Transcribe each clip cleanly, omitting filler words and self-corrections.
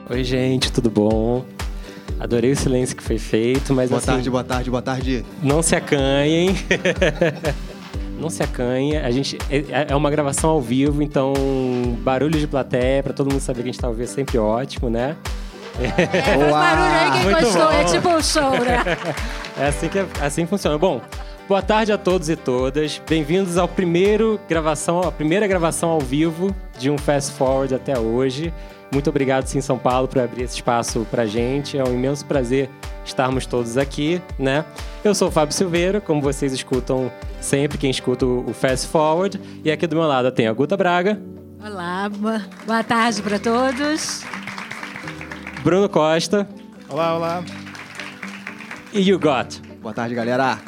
Oi, gente, tudo bom? Adorei o silêncio que foi feito, mas boa tarde. Não se acanhem. Não se acanhe. A gente é uma gravação ao vivo, então barulho de plateia, para todo mundo saber que a gente tá ao vivo é sempre ótimo, né? Esse barulho aí que gostou, é tipo um show, né? É assim que funciona. Bom, boa tarde a todos e todas. Bem-vindos à primeira gravação ao vivo de um Fast Forward até hoje. Muito obrigado, Sim São Paulo, por abrir esse espaço pra gente. É um imenso prazer estarmos todos aqui, né? Eu sou o Fábio Silveira, como vocês escutam sempre, quem escuta o Fast Forward. E aqui do meu lado tem a Guta Braga. Olá, boa tarde para todos. Bruno Costa. Olá. E You Got. Boa tarde, galera.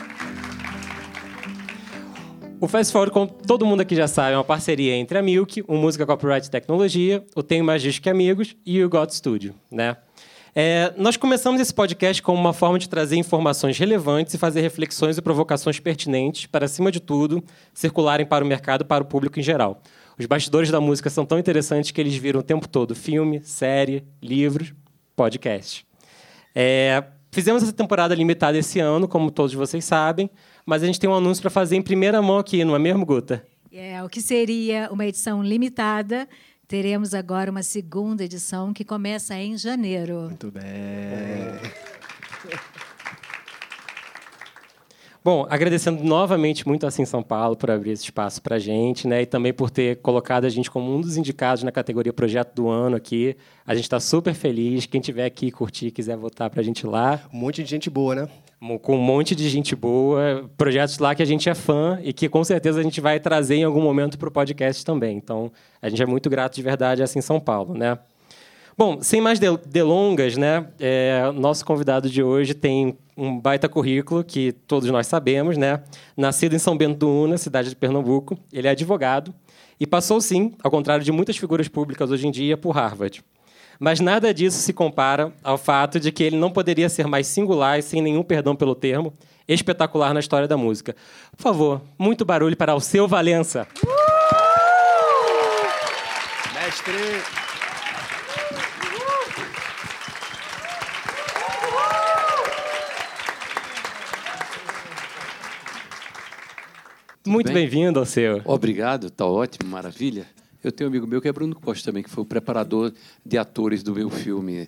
O Fast Forward, como todo mundo aqui já sabe, é uma parceria entre a Milk, o Música Copyright e Tecnologia, o Tenho Mais Disco que Amigos e o You Got Studio, né? Nós começamos esse podcast como uma forma de trazer informações relevantes e fazer reflexões e provocações pertinentes para, acima de tudo, circularem para o mercado e para o público em geral. Os bastidores da música são tão interessantes que eles viram o tempo todo filme, série, livros, podcast. Fizemos essa temporada limitada esse ano, como todos vocês sabem, mas a gente tem um anúncio para fazer em primeira mão aqui, não é mesmo, Guta? O que seria uma edição limitada. Teremos agora uma segunda edição que começa em janeiro. Muito bem. Bom, agradecendo novamente muito a Sim São Paulo por abrir esse espaço para a gente, né? E também por ter colocado a gente como um dos indicados na categoria Projeto do Ano aqui. A gente está super feliz. Quem tiver aqui, curtir, quiser votar para a gente lá. Um monte de gente boa, né? Com um monte de gente boa. Projetos lá que a gente é fã e que, com certeza, a gente vai trazer em algum momento para o podcast também. Então, a gente é muito grato de verdade a Sim São Paulo, né? Bom, sem mais delongas, né? Nosso convidado de hoje tem um baita currículo que todos nós sabemos, né? Nascido em São Bento do Una, cidade de Pernambuco, ele é advogado e passou, sim, ao contrário de muitas figuras públicas hoje em dia, por Harvard. Mas nada disso se compara ao fato de que ele não poderia ser mais singular e, sem nenhum perdão pelo termo, espetacular na história da música. Por favor, muito barulho para Alceu Valença. Mestre! Muito bem-vindo, Alceu. Obrigado, está ótimo, maravilha. Eu tenho um amigo meu que é Bruno Costa também, que foi o preparador de atores do meu filme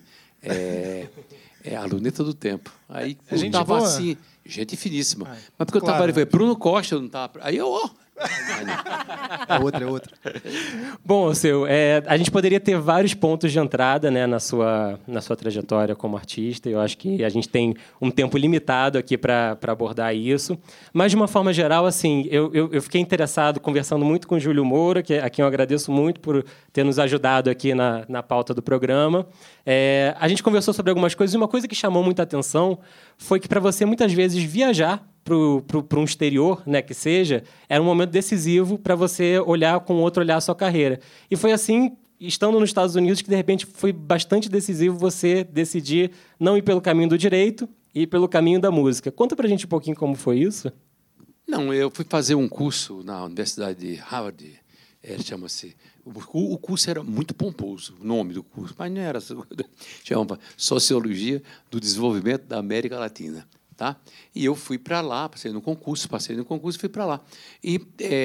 A Luneta do Tempo. Aí eu estava assim, gente finíssima. Mas porque eu estava ali, foi Bruno Costa, eu não estava. Aí eu, É outra. Bom, Alceu, a gente poderia ter vários pontos de entrada, né, na sua trajetória como artista. Eu acho que a gente tem um tempo limitado aqui para abordar isso. Mas, de uma forma geral, assim, eu fiquei interessado, conversando muito com o Júlio Moura, a quem eu agradeço muito por ter nos ajudado aqui na pauta do programa. A gente conversou sobre algumas coisas e uma coisa que chamou muita atenção foi que, para você, muitas vezes, viajar para um exterior, né, que seja, era um momento decisivo para você olhar com outro olhar a sua carreira. E foi assim, estando nos Estados Unidos, que, de repente, foi bastante decisivo você decidir não ir pelo caminho do direito e ir pelo caminho da música. Conta para a gente um pouquinho como foi isso. Não, eu fui fazer um curso na Universidade de Harvard, chama-se... O curso era muito pomposo, o nome do curso, mas não era... Chamava Sociologia do Desenvolvimento da América Latina. Tá? E eu fui para lá, passei no concurso e fui para lá. E,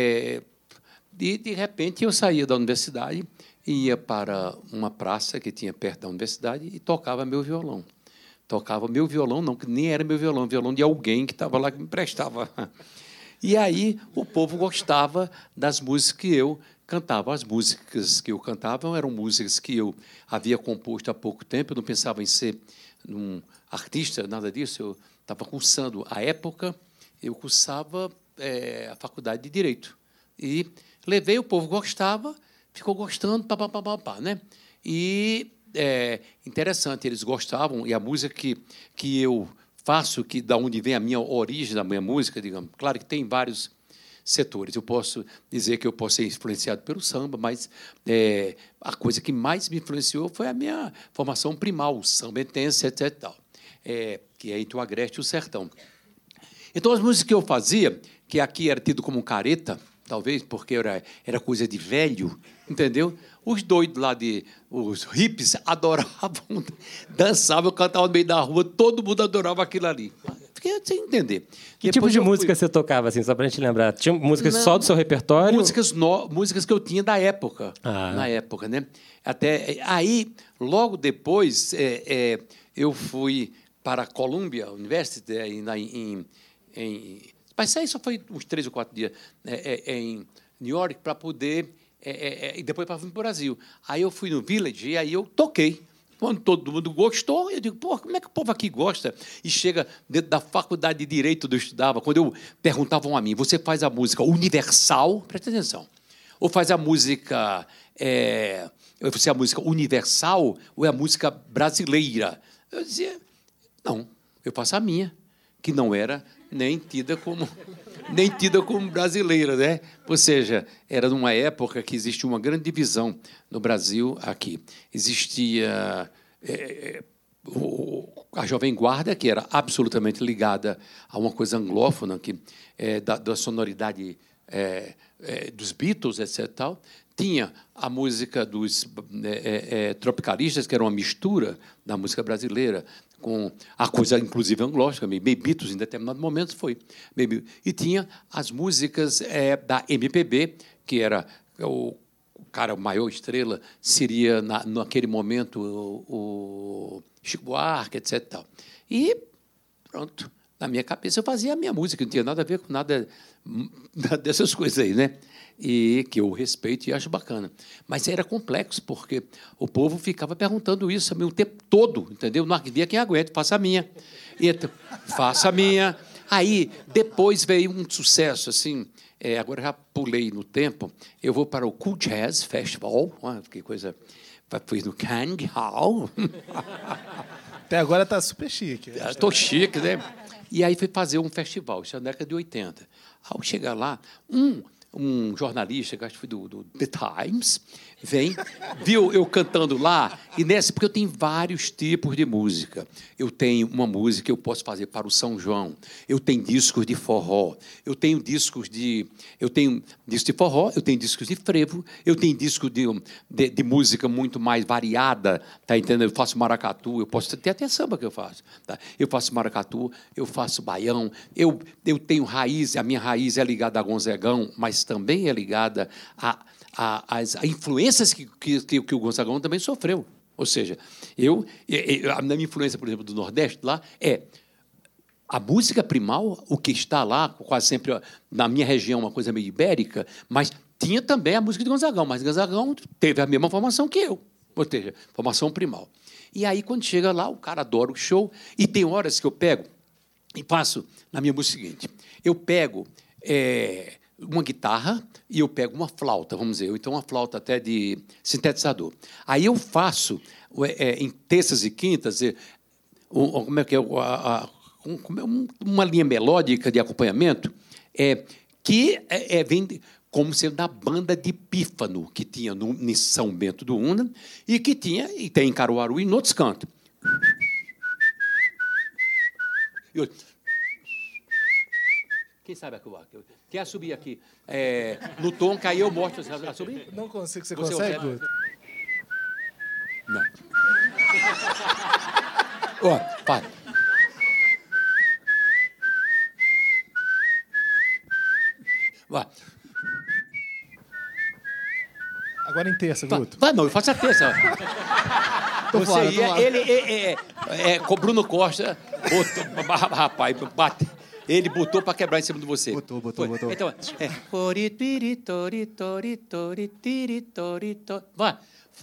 de repente, eu saía da universidade, ia para uma praça que tinha perto da universidade e tocava meu violão. Tocava meu violão, não, que nem era meu violão, violão de alguém que estava lá que me emprestava. E aí o povo gostava das músicas que eu cantava. As músicas que eu cantava eram músicas que eu havia composto há pouco tempo, eu não pensava em ser um artista, nada disso, eu estava cursando, à época, eu cursava a faculdade de Direito. E levei, o povo gostava, ficou gostando, né? E interessante, eles gostavam, e a música que eu faço, da onde vem a minha origem da minha música, digamos, claro que tem vários setores. Eu posso dizer que eu posso ser influenciado pelo samba, mas a coisa que mais me influenciou foi a minha formação primal, sambentense, etc. Tal. Que é entre o Agreste e o Sertão. Então, as músicas que eu fazia, que aqui era tido como careta, talvez porque era coisa de velho, entendeu? Os doidos lá, os hippies, adoravam, dançavam, cantavam no meio da rua, todo mundo adorava aquilo ali. Fiquei sem entender. Que tipo de música você tocava, assim, só pra gente lembrar? Tinha músicas só do seu repertório? Músicas que eu tinha da época. Na época, né? Até, aí, logo depois, eu fui para a Columbia University, mas isso aí só foi uns 3 ou 4 dias em New York para poder... e depois para vir para o Brasil. Aí eu fui no Village e aí eu toquei. Quando todo mundo gostou, eu digo, pô, como é que o povo aqui gosta? E chega dentro da faculdade de Direito onde eu estudava, quando eu perguntavam a mim, você faz a música universal? Presta atenção. Ou faz a música... você é a música universal ou é a música brasileira? Eu dizia, não, eu faço a minha, que não era nem tida como brasileira, né? Ou seja, era numa época que existia uma grande divisão no Brasil aqui. Existia a Jovem Guarda, que era absolutamente ligada a uma coisa anglófona, da sonoridade dos Beatles, etc. Tal. Tinha a música dos tropicalistas, que era uma mistura da música brasileira, com a coisa, inclusive, anglófica, meio Beatles, em determinado momento foi. E tinha as músicas da MPB, que era o cara, a maior estrela, seria, naquele momento, o Chico Buarque, etc. Tal. E, pronto, na minha cabeça eu fazia a minha música, não tinha nada a ver com nada dessas coisas aí, né? E que eu respeito e acho bacana. Mas era complexo, porque o povo ficava perguntando isso o tempo todo, entendeu? Não havia quem aguente, faça a minha. Então, faça a minha. Aí, depois veio um sucesso, assim, agora já pulei no tempo, eu vou para o Cool Jazz Festival, que coisa... Fui no Carnegie Hall. Até agora está super chique. Estou chique, né? E aí fui fazer um festival, isso é na década de 80. Ao chegar lá, um jornalista, que acho que foi do The Times, viu eu cantando lá, e porque eu tenho vários tipos de música. Eu tenho uma música que eu posso fazer para o São João, eu tenho discos de forró, eu tenho discos de forró, eu tenho discos de frevo, eu tenho disco de música muito mais variada, tá entendendo? Eu faço maracatu, eu posso ter até samba que eu faço. Tá? Eu faço maracatu, eu faço baião, eu tenho raiz, a minha raiz é ligada a Gonzagão, mas também é ligada às influências que o Gonzagão também sofreu. Ou seja, a minha influência, por exemplo, do Nordeste, lá, a música primal, o que está lá, quase sempre na minha região, uma coisa meio ibérica, mas tinha também a música de Gonzagão, mas Gonzagão teve a mesma formação que eu, ou seja, formação primal. E aí, quando chega lá, o cara adora o show, e tem horas que eu pego e faço na minha música seguinte. Eu pego uma guitarra e eu pego uma flauta, vamos dizer, ou então uma flauta até de sintetizador. Aí eu faço, em terças e quintas, como é que é, uma linha melódica de acompanhamento que vem como sendo da banda de pífano que tinha em São Bento do Una e que tem em Caruaru e em outros cantos. Quem sabe quer subir aqui no tom, que aí eu mostro. Você subir? Não consigo. Você consegue? Não. Ó, vai. Vai. Agora em terça, Guto. Vai, não, eu faço a terça. Você ia, ele com o Bruno Costa, botou, rapaz, bate. Ele botou para quebrar em cima de você. Botou. Então, vai.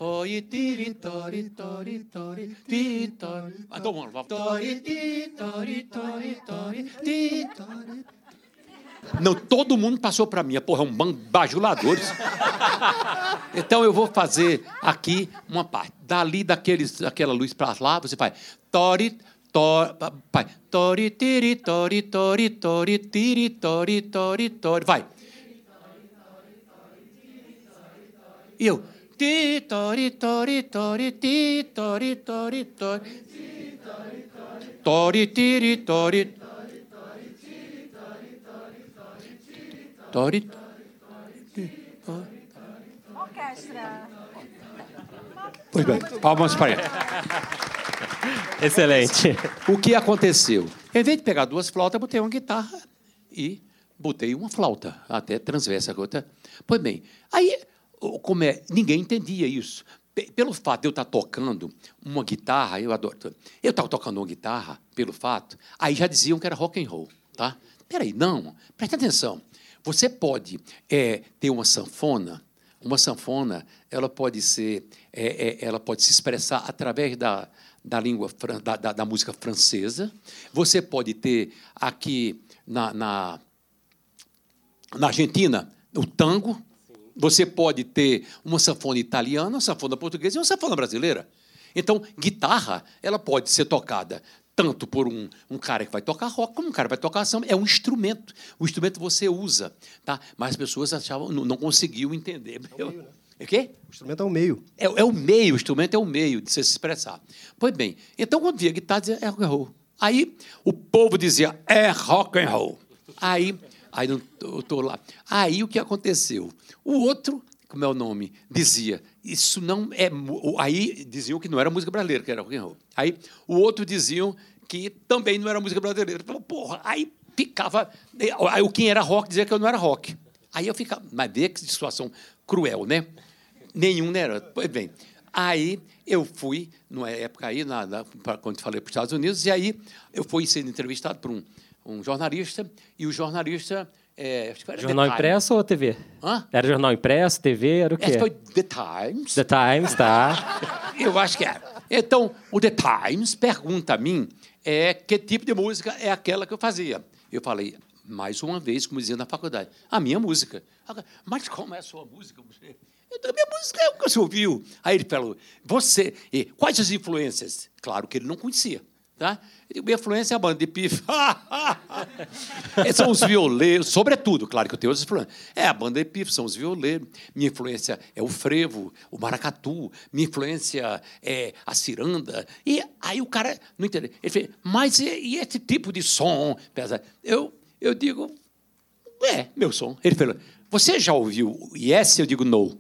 Não, todo mundo passou para mim. Porra, é um bando de bajuladores. Então, eu vou fazer aqui uma parte. Dali, daquela luz para lá, você faz... Pai. Tori, tiri, tori, tori, tori, tiri, tori, tori, tori. Vai. E eu. Ti, tori, tori, tori, ti, tori, tori, tori. Tori, tiri, tori. Tori. Orquestra. Pois bem, palmas para ele. Excelente. O que aconteceu? Em vez de pegar duas flautas, eu botei uma guitarra e botei uma flauta, até transversa. Pois bem, aí, ninguém entendia isso. Pelo fato de eu estar tocando uma guitarra, eu adoro. Eu estava tocando uma guitarra, pelo fato, aí já diziam que era rock and roll. Tá? Espera aí, não, presta atenção. Você pode ter uma sanfona. Uma sanfona, ela pode se expressar através da língua da música francesa. Você pode ter aqui na Argentina o tango. Você pode ter uma sanfona italiana, uma sanfona portuguesa e uma sanfona brasileira. Então, guitarra, ela pode ser tocada tanto por um cara que vai tocar rock, como um cara que vai tocar samba. É um instrumento. O instrumento você usa. Tá? Mas as pessoas achavam, não conseguiam entender. É o meio, né? O quê? O instrumento é o meio. É o meio, o instrumento é o meio de você se expressar. Pois bem, então, quando via guitarra, dizia, é rock and roll. Aí, o povo dizia, é rock and roll. Aí eu estou lá. Aí, o que aconteceu? O outro, como é o nome, dizia, isso não é... Aí, diziam que não era música brasileira, que era rock and roll. Aí, o outro diziam que também não era música brasileira. Falei, porra, aí ficava... Aí, quem era rock dizia que eu não era rock. Aí, eu ficava... Mas vê que situação cruel, né? Nenhum era. Pois bem, aí eu fui, numa época aí, quando falei para os Estados Unidos, e aí eu fui sendo entrevistado por um jornalista, e o jornalista... acho que era Jornal impresso ou TV? Hã? Era jornal impresso, TV, era o quê? Foi The Times. The Times, tá. Eu acho que era. Então, o The Times pergunta a mim que tipo de música é aquela que eu fazia. Eu falei, mais uma vez, como dizia na faculdade, a minha música. Mas como é a sua música? Então, a minha música é o que você ouviu. Aí ele falou, quais as influências? Claro que ele não conhecia. Tá? Minha influência é a banda de pife. São os violeiros, sobretudo, claro que eu tenho outras influências. É a banda de pife, são os violeiros. Minha influência é o frevo, o maracatu. Minha influência é a ciranda. E aí o cara não entendeu. Ele fez, mas e esse tipo de som? Eu digo, meu som. Ele falou, você já ouviu Yes? Eu digo, no.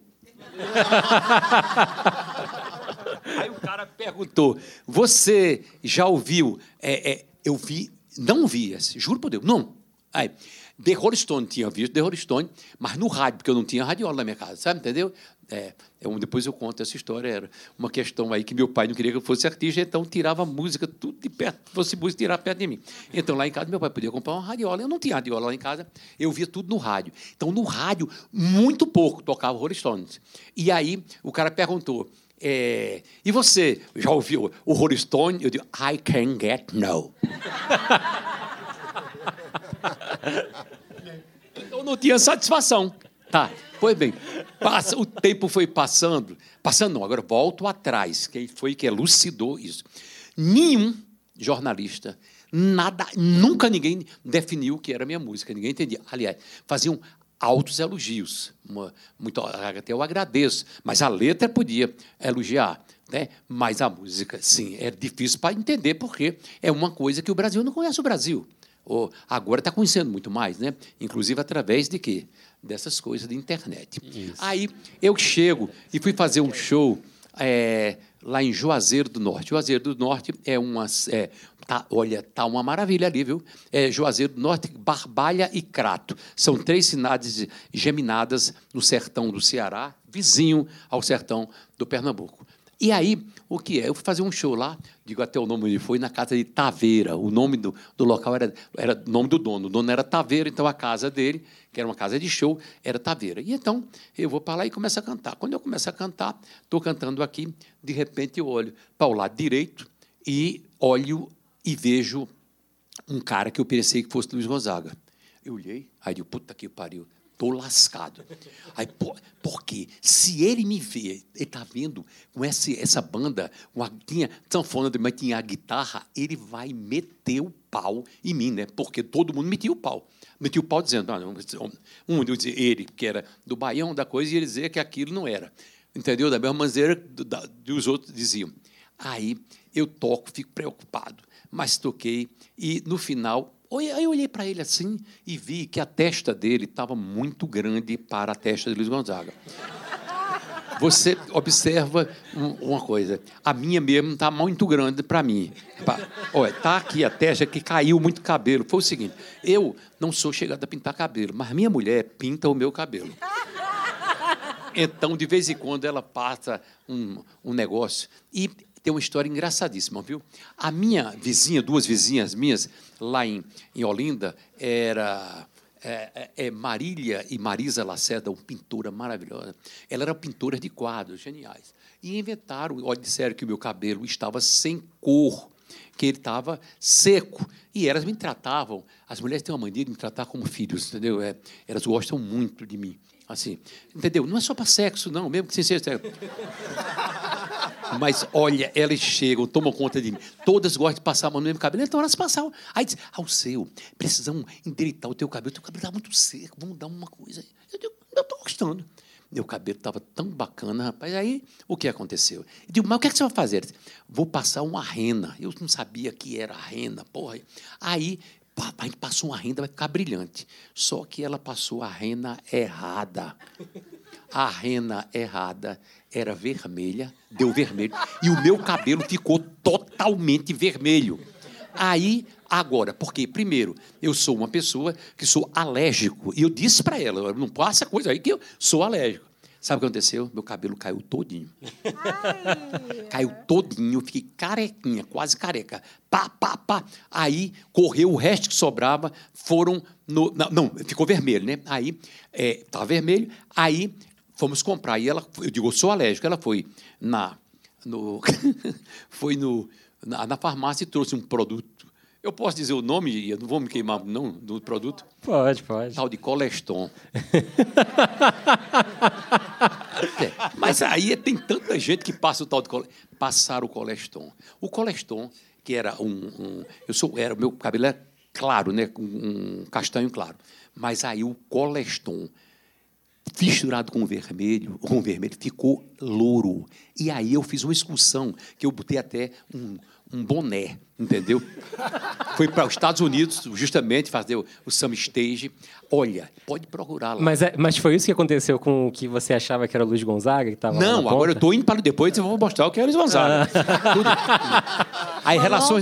Aí o cara perguntou, você já ouviu? Eu vi, não vi esse, juro por Deus, não. Aí, The Rolling Stone, tinha visto The Rolling Stone, mas no rádio, porque eu não tinha radiola na minha casa, sabe, entendeu? Depois eu conto essa história, era uma questão aí que meu pai não queria que eu fosse artista, então tirava a música tudo de perto, fosse música, tirar perto de mim. Então, lá em casa, meu pai podia comprar uma radiola, eu não tinha radiola lá em casa, eu via tudo no rádio. Então, no rádio, muito pouco tocava Rolling Stones. E aí, o cara perguntou, e você já ouviu o Rolling Stone? Eu digo, I can get no. Então não tinha satisfação. Tá, pois bem, o tempo foi passando não, agora volto atrás, quem foi que elucidou isso. Nenhum jornalista, nunca ninguém definiu o que era minha música, ninguém entendia. Aliás, faziam altos elogios, até eu agradeço, mas a letra podia elogiar, né? Mas a música, sim, é difícil para entender, porque é uma coisa que o Brasil não conhece o Brasil. Agora está conhecendo muito mais, né? Inclusive através de quê? Dessas coisas de internet. Isso. Aí eu chego e fui fazer um show lá em Juazeiro do Norte. Juazeiro do Norte tá uma maravilha ali, viu? Juazeiro do Norte, Barbalha e Crato. São 3 cidades geminadas no sertão do Ceará, vizinho ao sertão do Pernambuco. E aí, o que é? Eu fui fazer um show lá, digo até o nome onde foi, na casa de Taveira. O nome do local era o nome do dono. O dono era Taveira, então a casa dele, que era uma casa de show, era Taveira. E então, eu vou para lá e começo a cantar. Quando eu começo a cantar, estou cantando aqui, de repente eu olho para o lado direito e olho e vejo um cara que eu pensei que fosse Luiz Gonzaga. Eu olhei, aí digo, puta que pariu. Estou lascado. Aí, porque se ele me vê, ele está vendo com essa banda, tinha sanfona, mas tinha a guitarra, ele vai meter o pau em mim, né? Porque todo mundo metia o pau. Metia o pau dizendo, dizia ele, que era do Baião, da coisa, e ele dizia que aquilo não era. Entendeu? Da mesma maneira que os outros diziam. Aí eu toco, fico preocupado, mas toquei, e no final Aí eu olhei para ele assim e vi que a testa dele estava muito grande para a testa de Luiz Gonzaga. Você observa uma coisa. A minha mesmo está muito grande para mim. Olha, está aqui a testa que caiu muito cabelo. Foi o seguinte, eu não sou chegado a pintar cabelo, mas minha mulher pinta o meu cabelo. Então, de vez em quando, ela passa um negócio. E tem uma história engraçadíssima, viu? A minha vizinha, duas vizinhas minhas, lá em Olinda, era Marília e Marisa Lacerda, uma pintora maravilhosa. Ela era pintora de quadros geniais. E inventaram, disseram que o meu cabelo estava sem cor, que ele estava seco. E elas me tratavam, as mulheres têm uma mania de me tratar como filhos, entendeu? Elas gostam muito de mim. Assim, entendeu? Não é só para sexo, não, mesmo que seja sexo. Mas, olha, elas chegam, tomam conta de mim. Todas gostam de passar a mão no mesmo cabelo. Então, elas passavam. Aí dizem, o seu, precisamos endireitar o teu cabelo está muito seco, vamos dar uma coisa aí. Eu digo, eu estou gostando. Meu cabelo estava tão bacana, rapaz. Aí, o que aconteceu? Eu digo, mas o que é que você vai fazer? Disse, vou passar uma rena. Eu não sabia que era rena, porra. Aí, a gente passou uma renda, vai ficar brilhante. Só que ela passou a rena errada. A rena errada era vermelha, deu vermelho, e o meu cabelo ficou totalmente vermelho. Aí, agora, porque, primeiro, eu sou uma pessoa que sou alérgico, e eu disse para ela, não passa coisa aí que eu sou alérgico. Sabe o que aconteceu? Meu cabelo caiu todinho. Ai. Caiu todinho, fiquei carequinha, quase careca. Pá, pá, pá. Aí, correu o resto que sobrava, foram... Não, ficou vermelho, né? Aí, estava vermelho, aí fomos comprar. E ela, eu digo, eu sou alérgico. Ela foi na farmácia e trouxe um produto. Eu posso dizer o nome, eu não vou me queimar, não, do produto? Pode. Tal de Coleston. Mas aí tem tanta gente que passa o tal de Coleston. Passaram o Coleston. O Coleston, que era o meu cabelo era claro, né, um castanho claro. Mas aí o Coleston, misturado com o vermelho, ficou louro. E aí eu fiz uma excursão, que eu botei até um boné, entendeu? Fui para os Estados Unidos, justamente, fazer o Summer Stage. Olha, pode procurar lá. Mas foi isso que aconteceu com o que você achava que era o Luiz Gonzaga? Que tava não, agora eu estou indo para depois, eu vou mostrar o que é o Luiz Gonzaga. As relações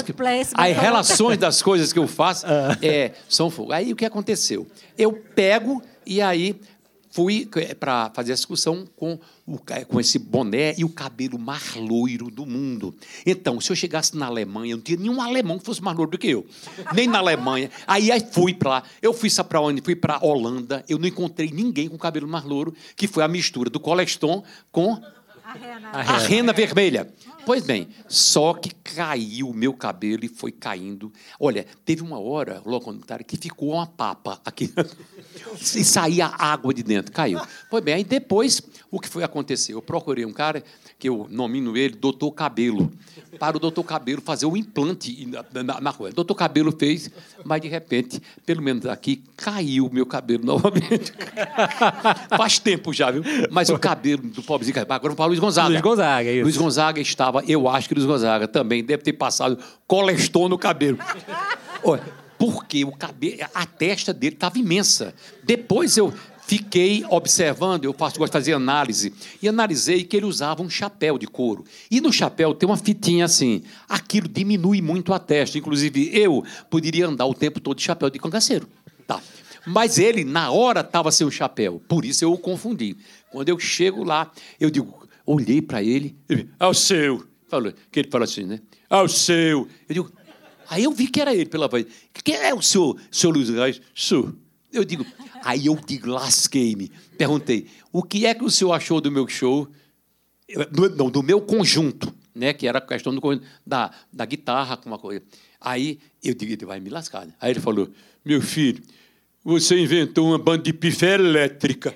das coisas que eu faço são fogo. Aí o que aconteceu? Eu pego e aí fui para fazer a excursão com esse boné e o cabelo mais loiro do mundo. Então, se eu chegasse na Alemanha, não tinha nenhum alemão que fosse mais loiro do que eu. Nem na Alemanha. Aí fui para lá. Eu fui para onde? Fui para a Holanda. Eu não encontrei ninguém com cabelo mais louro, que foi a mistura do Coleston com a rena vermelha. Pois bem, só que caiu o meu cabelo e foi caindo. Olha, teve uma hora, logo que ficou uma papa aqui. E saía água de dentro, caiu. Pois bem, aí depois, o que foi acontecer? Eu procurei um cara, que eu nomino ele Doutor Cabelo, para o Doutor Cabelo fazer o implante na coisa. O Doutor Cabelo fez, mas, de repente, pelo menos aqui, caiu o meu cabelo novamente. Faz tempo já, viu? Mas o cabelo do pobrezinho caiu. Agora vamos para o Luiz Gonzaga. Luiz Gonzaga, isso. Luiz Gonzaga estava, eu acho que Luiz Gonzaga também deve ter passado Coleston no cabelo. Olha, porque o cabelo, a testa dele estava imensa. Depois eu fiquei observando, eu gosto de fazer análise, e analisei que ele usava um chapéu de couro. E no chapéu tem uma fitinha assim. Aquilo diminui muito a testa. Inclusive, eu poderia andar o tempo todo de chapéu de cangaceiro. Tá. Mas ele, na hora, estava sem o chapéu. Por isso eu o confundi. Quando eu chego lá, eu digo, olhei para ele, o seu. Que ele falou assim, né? O seu. Eu digo, aí eu vi que era ele pela voz. Quem é o senhor Luiz Reis? Sou. Aí eu lasquei-me. Perguntei, o que é que o senhor achou do meu show? Não, do meu conjunto, né? Que era a questão da guitarra com uma coisa. Aí eu digo, ele vai me lascar. Né? Aí ele falou, meu filho, você inventou uma banda de pifé elétrica.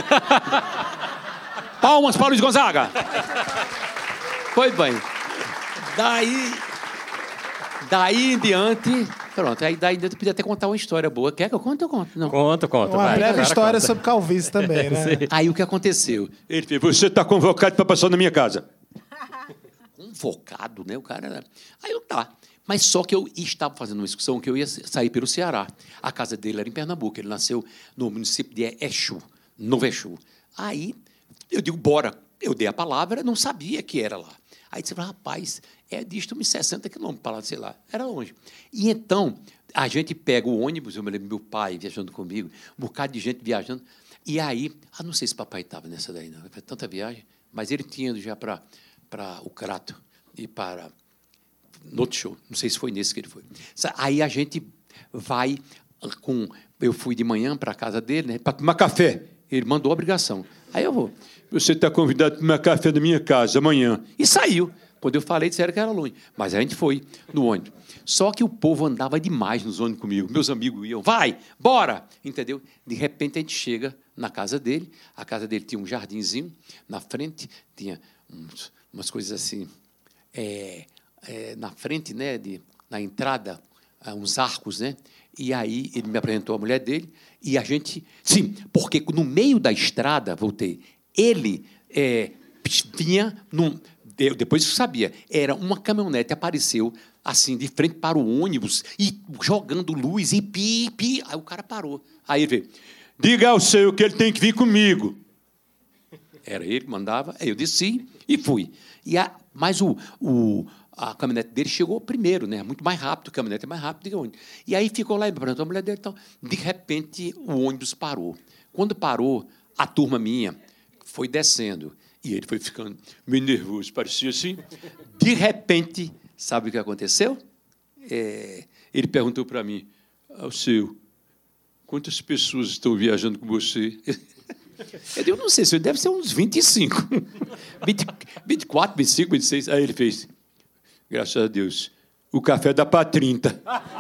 Palmas para o Luiz Gonzaga. Pois bem. Daí em diante... Pronto, aí daí em diante eu podia até contar uma história boa. Quer que eu conte? Eu conto. Não. Conta. Uma breve história sobre calvície também, né? Aí o que aconteceu? Ele disse, você está convocado para passar na minha casa. Convocado, né? O cara... Aí eu tá. Mas só que eu estava fazendo uma excursão que eu ia sair pelo Ceará. A casa dele era em Pernambuco. Ele nasceu no município de Exu, Novo Exu. Aí eu digo, bora. Eu dei a palavra, não sabia que era lá. Aí disse, rapaz, é disto uns 60 quilômetros para lá, sei lá. Era longe. E então, a gente pega o ônibus, eu me lembro meu pai viajando comigo, um bocado de gente viajando. E aí, não sei se papai estava nessa daí, não. Foi tanta viagem, mas ele tinha ido já para o Crato e para... no outro show, não sei se foi nesse que ele foi. Aí a gente vai com... Eu fui de manhã para a casa dele, né, para tomar café. Ele mandou obrigação. Aí eu vou. Você está convidado para tomar café na minha casa amanhã. E saiu. Quando eu falei, disseram que era longe. Mas a gente foi no ônibus. Só que o povo andava demais nos ônibus comigo. Meus amigos iam, vai, bora! Entendeu? De repente, a gente chega na casa dele. A casa dele tinha um jardinzinho na frente, tinha umas coisas assim... na frente, né, na entrada, uns arcos, né? E aí ele me apresentou a mulher dele e a gente... Sim, porque no meio da estrada, voltei, ele vinha... depois eu sabia, era uma caminhonete, apareceu assim, de frente para o ônibus e jogando luz e pi, pi. Aí o cara parou. Aí ele veio, diga ao seu que ele tem que vir comigo. Era ele que mandava, aí eu desci e fui. Mas a caminhonete dele chegou primeiro, né? Muito mais rápido, a caminhonete é mais rápida que o ônibus. E aí ficou lá, a mulher dele, então, de repente, o ônibus parou. Quando parou, a turma minha foi descendo. E ele foi ficando meio nervoso, parecia assim. De repente, sabe o que aconteceu? Ele perguntou para mim, Alceu, quantas pessoas estão viajando com você? Eu digo, não sei, se deve ser uns 25. 24, 25, 26. Aí ele fez, graças a Deus, o café dá para 30.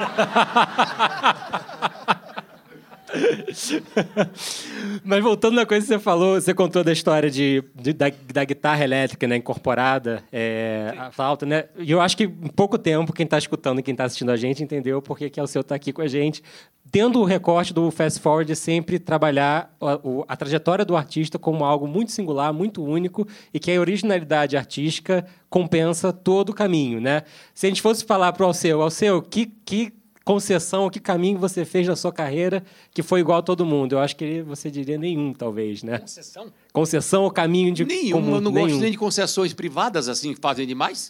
Mas voltando na coisa que você falou, você contou da história da guitarra elétrica, né, incorporada, a flauta, né? E eu acho que em pouco tempo, quem está escutando e quem está assistindo a gente entendeu por que Alceu está aqui com a gente, tendo o recorte do Fast Forward de sempre trabalhar a trajetória do artista como algo muito singular, muito único, e que a originalidade artística compensa todo o caminho, né? Se a gente fosse falar para o Alceu, que concessão, que caminho você fez na sua carreira que foi igual a todo mundo? Eu acho que você diria nenhum, talvez, né? Concessão? Concessão ou caminho de... Nenhum, eu não gosto nem de concessões privadas, assim, que fazem demais.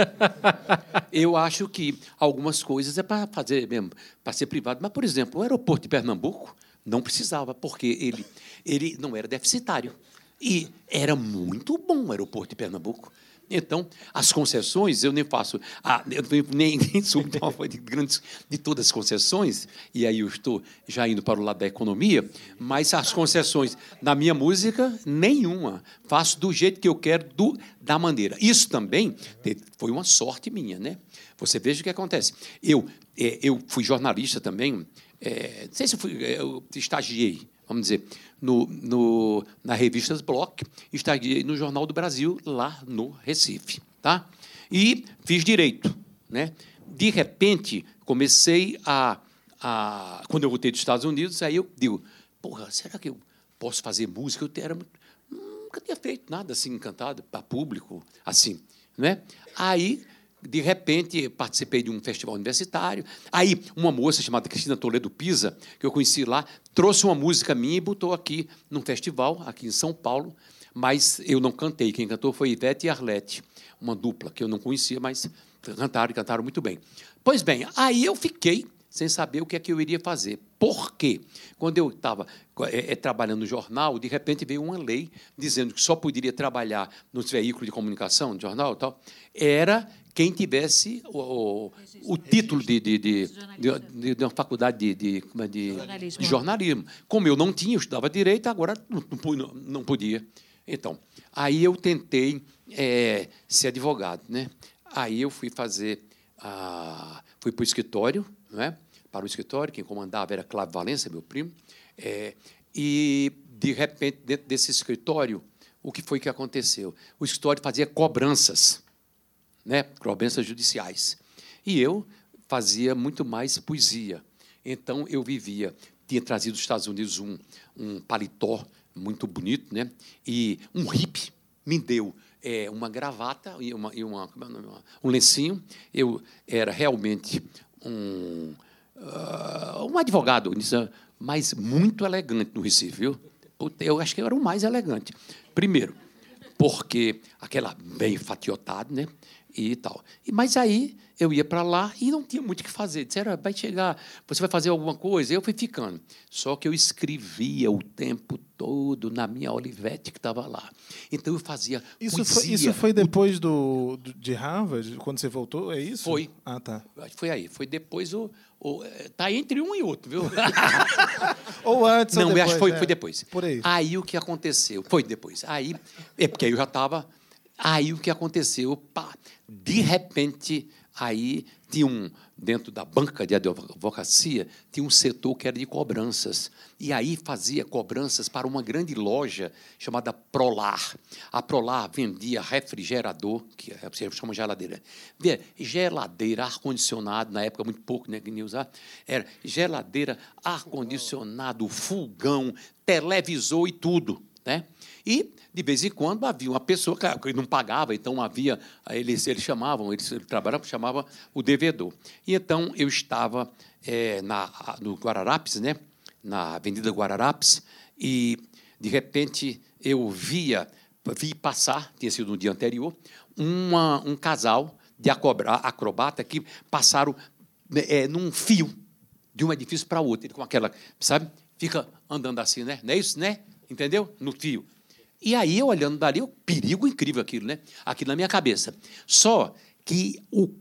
Eu acho que algumas coisas é para fazer mesmo, para ser privado. Mas, por exemplo, o aeroporto de Pernambuco não precisava, porque ele não era deficitário. E era muito bom o aeroporto de Pernambuco. Então, as concessões, eu nem faço... eu nem sou de todas as concessões, e aí eu estou já indo para o lado da economia, mas as concessões na minha música, nenhuma. Faço do jeito que eu quero, da maneira. Isso também foi uma sorte minha, né? Você veja o que acontece. Eu fui jornalista também, não sei se eu estagiei, vamos dizer, na revista Block, estagiei no Jornal do Brasil, lá no Recife. Tá? E fiz direito. Né? De repente, comecei quando eu voltei dos Estados Unidos, aí eu digo, porra, será que eu posso fazer música? Nunca tinha feito nada assim, encantado, para público, assim. Né? Aí... De repente, participei de um festival universitário. Aí, uma moça chamada Cristina Toledo Pisa, que eu conheci lá, trouxe uma música minha e botou aqui num festival, aqui em São Paulo, mas eu não cantei. Quem cantou foi Ivete e Arlete, uma dupla que eu não conhecia, mas cantaram muito bem. Pois bem, aí eu fiquei sem saber o que é que eu iria fazer. Por quê? Quando eu estava trabalhando no jornal, de repente veio uma lei dizendo que só poderia trabalhar nos veículos de comunicação, no jornal e tal, era quem tivesse o título de uma faculdade de jornalismo. Como eu não tinha, eu estudava direito, agora não podia. Então, aí eu tentei ser advogado. Né? Aí eu fui fazer... fui para o escritório, né? Para o escritório, quem comandava era Cláudio Valença, meu primo, e, de repente, dentro desse escritório, o que foi que aconteceu? O escritório fazia cobranças, né? Cobranças judiciais, e eu fazia muito mais poesia. Então, eu tinha trazido dos Estados Unidos um paletó muito bonito, né? E um hippie, me deu uma gravata e um lencinho. Eu era realmente um advogado, mas muito elegante no Recife, viu? Eu acho que eu era o mais elegante. Primeiro, porque aquela bem fatiotado, né? E tal. Mas aí eu ia para lá e não tinha muito o que fazer. Disseram, vai chegar, você vai fazer alguma coisa? Eu fui ficando. Só que eu escrevia o tempo todo na minha Olivetti que estava lá. Então eu fazia poesia. Isso foi depois de Harvard, quando você voltou? É isso? Foi. Ah, tá. Foi aí. Foi depois tá entre um e outro, viu? Ou antes não, ou depois. Acho que foi depois. Por aí. Aí o que aconteceu? Foi depois. Aí, porque aí eu já estava... Aí o que aconteceu? Pá, de repente, aí tinha dentro da banca de advocacia, tinha um setor que era de cobranças. E aí fazia cobranças para uma grande loja chamada Prolar. A Prolar vendia refrigerador, que você chama geladeira. Geladeira, ar-condicionado, na época muito pouco, né, que nem usar. Era geladeira, ar-condicionado, fogão, televisor e tudo, né? E, de vez em quando, havia uma pessoa que não pagava, então havia... Eles chamavam o devedor. E, então, eu estava no Guararapes, né? Na Avenida Guararapes, e, de repente, eu vi passar, tinha sido no dia anterior, um casal de acrobata que passaram num fio de um edifício para outro, com aquela, sabe? Fica andando assim, né? Não é isso, né? Entendeu? No fio. E aí, eu olhando dali, perigo incrível aquilo, né? Aquilo na minha cabeça. Só que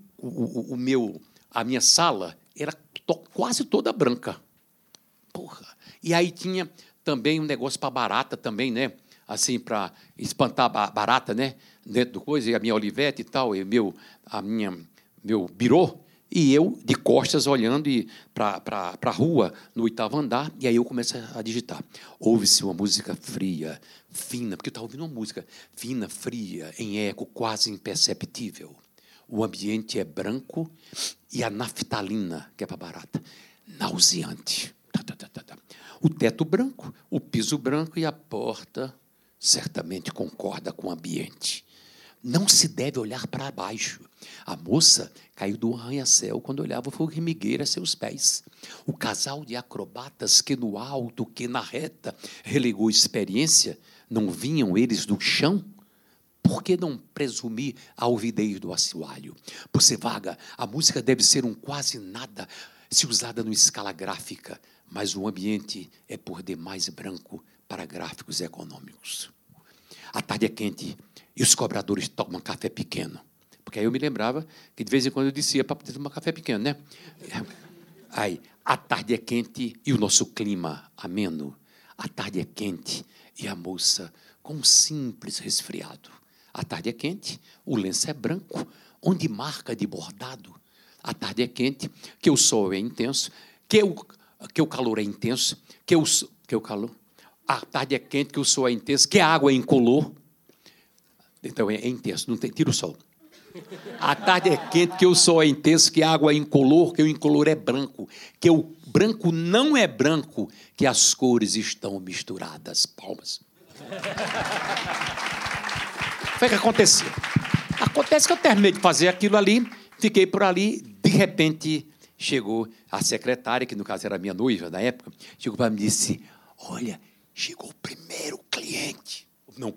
a minha sala era quase toda branca. Porra. E aí tinha também um negócio para barata também, né? Assim, para espantar barata, né? Dentro do coisa, e a minha Olivetti e tal, e meu birô. E eu, de costas, olhando para a rua, no 8º andar, e aí eu começo a digitar. Ouve-se uma música fria, fina, porque eu estava ouvindo uma música fina, fria, em eco, quase imperceptível. O ambiente é branco e a naftalina, que é para barata, nauseante. O teto branco, o piso branco e a porta certamente concorda com o ambiente. Não se deve olhar para baixo. A moça caiu do arranha-céu quando olhava o formigueiro a seus pés. O casal de acrobatas que no alto, que na reta, relegou experiência, não vinham eles do chão? Por que não presumir a ouvidez do assoalho? Por ser vaga, a música deve ser um quase nada, se usada numa escala gráfica, mas o ambiente é por demais branco para gráficos econômicos. A tarde é quente e os cobradores tomam café pequeno. Porque aí eu me lembrava que, de vez em quando, eu descia para poder tomar café pequeno, né? Aí, a tarde é quente e o nosso clima ameno. A tarde é quente e a moça com um simples resfriado. A tarde é quente, o lenço é branco, onde marca de bordado. A tarde é quente, que o sol é intenso, que o calor é intenso, que o calor... A tarde é quente, que o sol é intenso, que a água é incolor. Então, é intenso, não tem, tira o sol. A tarde é quente, que o sol é intenso, que a água é incolor, que o incolor é branco, que o branco não é branco, que as cores estão misturadas. Palmas. Foi o que aconteceu. Acontece que eu terminei de fazer aquilo ali, fiquei por ali, de repente chegou a secretária, que no caso era minha noiva na época, chegou para mim e disse, olha, chegou o primeiro cliente. Não,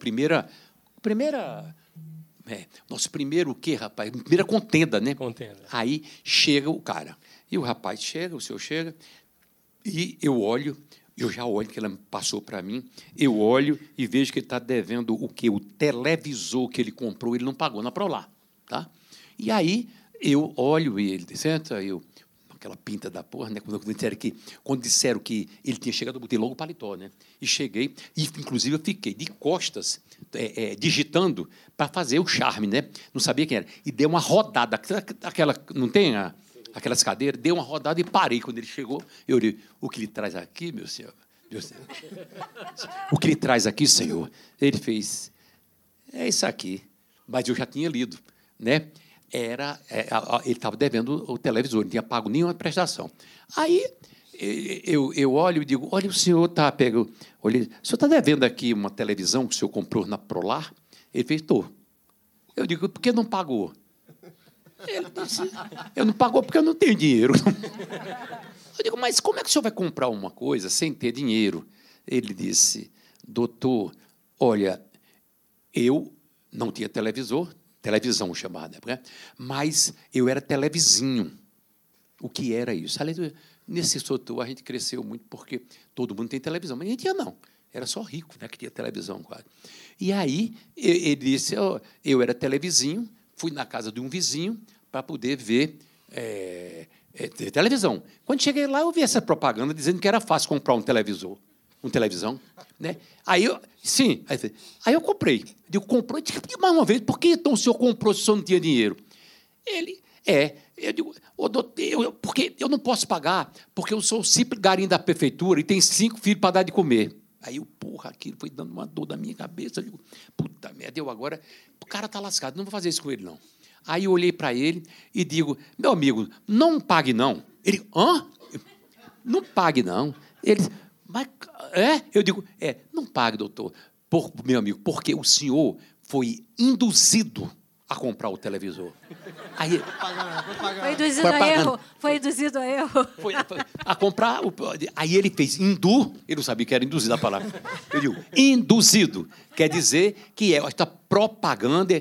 nosso primeiro o quê, rapaz? Primeira contenda, né? Contenda. Aí chega o cara. E o rapaz chega, o senhor chega, e eu já olho, que ela passou para mim, eu olho e vejo que ele está devendo o quê? O televisor que ele comprou, ele não pagou na Prolar. Tá? E aí eu olho e ele senta, aquela pinta da porra, né? Quando disseram que ele tinha chegado, eu botei logo o paletó, né? E cheguei, e inclusive eu fiquei de costas, digitando para fazer o charme, né? Não sabia quem era. E dei uma rodada, aquela, não tem aquelas cadeiras? Dei uma rodada e parei. Quando ele chegou, eu olhei, o que ele traz aqui, meu senhor? O que ele traz aqui, senhor? Ele fez, é isso aqui. Mas eu já tinha lido, né? Ele estava devendo o televisor, não tinha pago nenhuma prestação. Aí eu olho e digo, olha, o senhor está devendo aqui uma televisão que o senhor comprou na Prolar? Ele fez, tô. Eu digo, por que não pagou? Ele disse, eu não pagou porque eu não tenho dinheiro. Eu digo, mas como é que o senhor vai comprar uma coisa sem ter dinheiro? Ele disse, doutor, olha, eu não tinha televisão chamada, né? Mas eu era televizinho. O que era isso? Nesse setor a gente cresceu muito porque todo mundo tem televisão, mas a gente tinha não. Era só rico, né, que tinha televisão quase. E aí ele disse, eu era televizinho, fui na casa de um vizinho para poder ver televisão. Quando cheguei lá, eu vi essa propaganda dizendo que era fácil comprar uma televisão, né? Aí eu comprei. Digo, comprou? Eu disse, mais uma vez, por que então o senhor comprou se o senhor não tinha dinheiro? Eu digo, doutor, porque eu não posso pagar, porque eu sou simples garim da prefeitura e tenho 5 filhos para dar de comer. Aí, aquilo foi dando uma dor na minha cabeça. Eu digo, puta merda, agora... O cara está lascado, não vou fazer isso com ele, não. Aí eu olhei para ele e digo, meu amigo, não pague, não. Ele, hã? Não pague, não. Ele, mas, Eu digo, não pague, doutor, meu amigo, porque o senhor foi induzido a comprar o televisor. Aí, foi induzido a erro. Foi induzido a erro. Foi a comprar. Aí ele fez ele não sabia que era induzido a palavra. Eu digo, induzido. Quer dizer que esta propaganda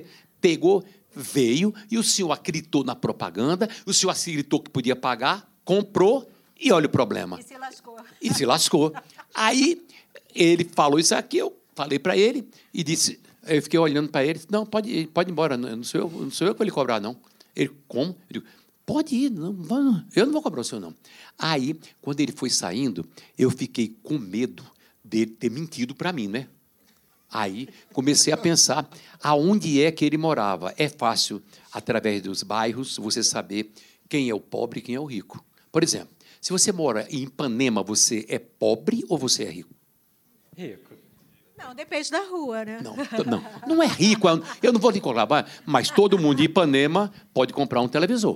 veio, e o senhor acreditou na propaganda, o senhor acreditou que podia pagar, comprou, e olha o problema. E se lascou. Aí ele falou isso aqui, eu falei para ele, e disse... Eu fiquei olhando para ele, não, pode ir embora, não sou eu que vou lhe cobrar, não. Ele, como? Eu digo, pode ir, eu não vou cobrar o senhor, não. Aí, quando ele foi saindo, eu fiquei com medo dele ter mentido para mim, né? Aí, comecei a pensar aonde é que ele morava. É fácil, através dos bairros, você saber quem é o pobre e quem é o rico. Por exemplo, se você mora em Ipanema, você é pobre ou você é rico? Rico. Não, depende da rua, né? Não é rico. Eu não vou lhe cobrar, mas todo mundo em Ipanema pode comprar um televisor.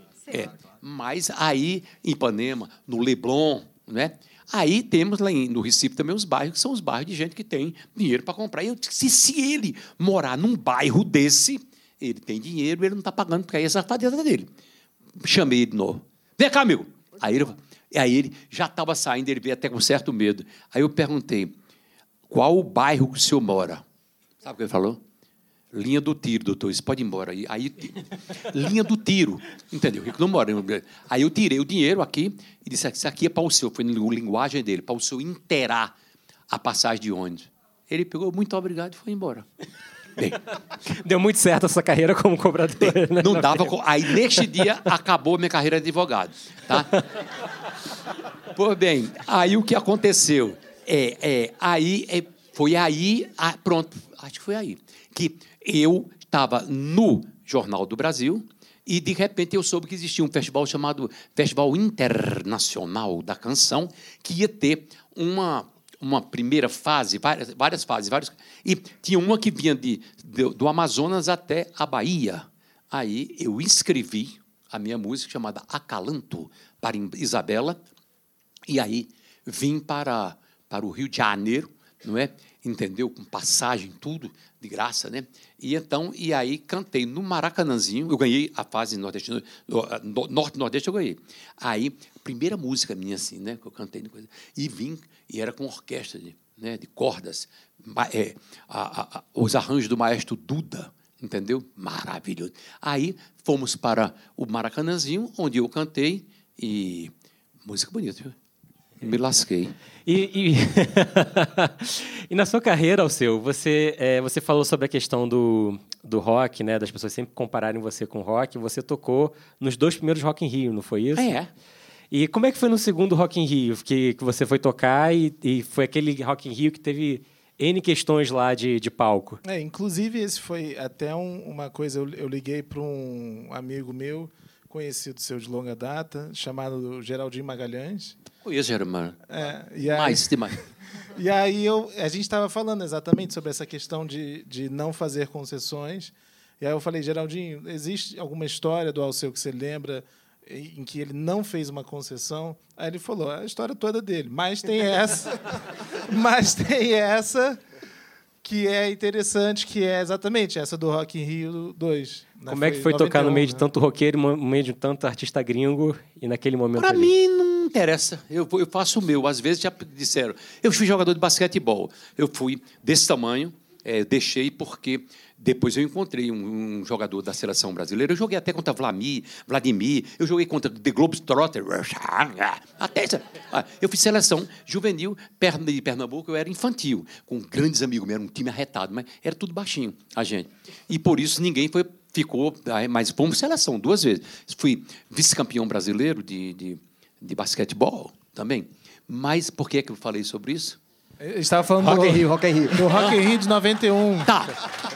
Mas aí, em Ipanema, no Leblon, né? Aí temos lá no Recife também os bairros, que são os bairros de gente que tem dinheiro para comprar. E eu disse, se ele morar num bairro desse, ele tem dinheiro, ele não está pagando, porque aí é a safadeza dele. Chamei ele de novo. Vem cá, amigo. Aí ele já estava saindo, ele veio até com certo medo. Aí eu perguntei, qual o bairro que o senhor mora? Sabe o que ele falou? Linha do Tiro, doutor. Isso pode ir embora. Aí, linha do Tiro. Entendeu? Rico não mora. Aí eu tirei o dinheiro aqui e disse, isso aqui é para o senhor. Foi na linguagem dele, para o senhor inteirar a passagem de ônibus. Ele pegou, muito obrigado, e foi embora. Bem, deu muito certo essa carreira como cobrador. Né? Não dava... Aí, neste dia, acabou minha carreira de advogado. Tá? Pois bem, aí o que aconteceu... Pronto, acho que foi aí, que eu estava no Jornal do Brasil e, de repente, eu soube que existia um festival chamado Festival Internacional da Canção, que ia ter uma primeira fase, várias fases, e tinha uma que vinha do Amazonas até a Bahia. Aí eu inscrevi a minha música, chamada Acalanto, para Isabela, e aí vim para o Rio de Janeiro, não é? Entendeu? Com passagem, tudo de graça, né? E aí cantei no Maracanãzinho, eu ganhei a fase nordestina, Norte-Nordeste eu ganhei. Aí, primeira música minha, assim, né? Que eu cantei, e vim, e era com orquestra de cordas, os arranjos do maestro Duda, entendeu? Maravilhoso. Aí fomos para o Maracanãzinho, onde eu cantei, e música bonita, viu? Me lasquei. E na sua carreira, Alceu, você falou sobre a questão do rock, né? Das pessoas sempre compararem você com rock. Você tocou nos 2 primeiros Rock in Rio, não foi isso? É. E como é que foi no segundo Rock in Rio que você foi tocar e foi aquele Rock in Rio que teve N questões lá de palco? Inclusive, esse foi até uma coisa... Eu liguei para um amigo meu, conhecido seu de longa data, chamado Geraldinho Magalhães. Conheço, Germano. Demais. E aí a gente estava falando exatamente sobre essa questão de não fazer concessões. E aí eu falei, Geraldinho, existe alguma história do Alceu que você lembra em que ele não fez uma concessão? Aí ele falou, a história toda dele. Mas tem essa que é interessante, que é exatamente essa do Rock in Rio 2. Né? Como é que foi 91, tocar no meio de né? tanto roqueiro, no meio de tanto artista gringo e naquele momento Para ali? mim, não interessa. Eu faço o meu. Às vezes já disseram. Eu fui jogador de basquetebol. Eu fui desse tamanho, deixei porque depois eu encontrei um jogador da seleção brasileira. Eu joguei até contra Vladimir. Eu joguei contra The Globetrotter. Até isso. Eu fiz seleção juvenil de Pernambuco. Eu era infantil, com grandes amigos meus. Era um time arretado, mas era tudo baixinho, a gente. E por isso ninguém ficou... Mas fomos seleção 2 vezes. Fui vice-campeão brasileiro de basquetebol também. Mas por que eu falei sobre isso? Eu estava falando Rock in Rio, Rock in Rio. do Rock in Rio de 91. Tá.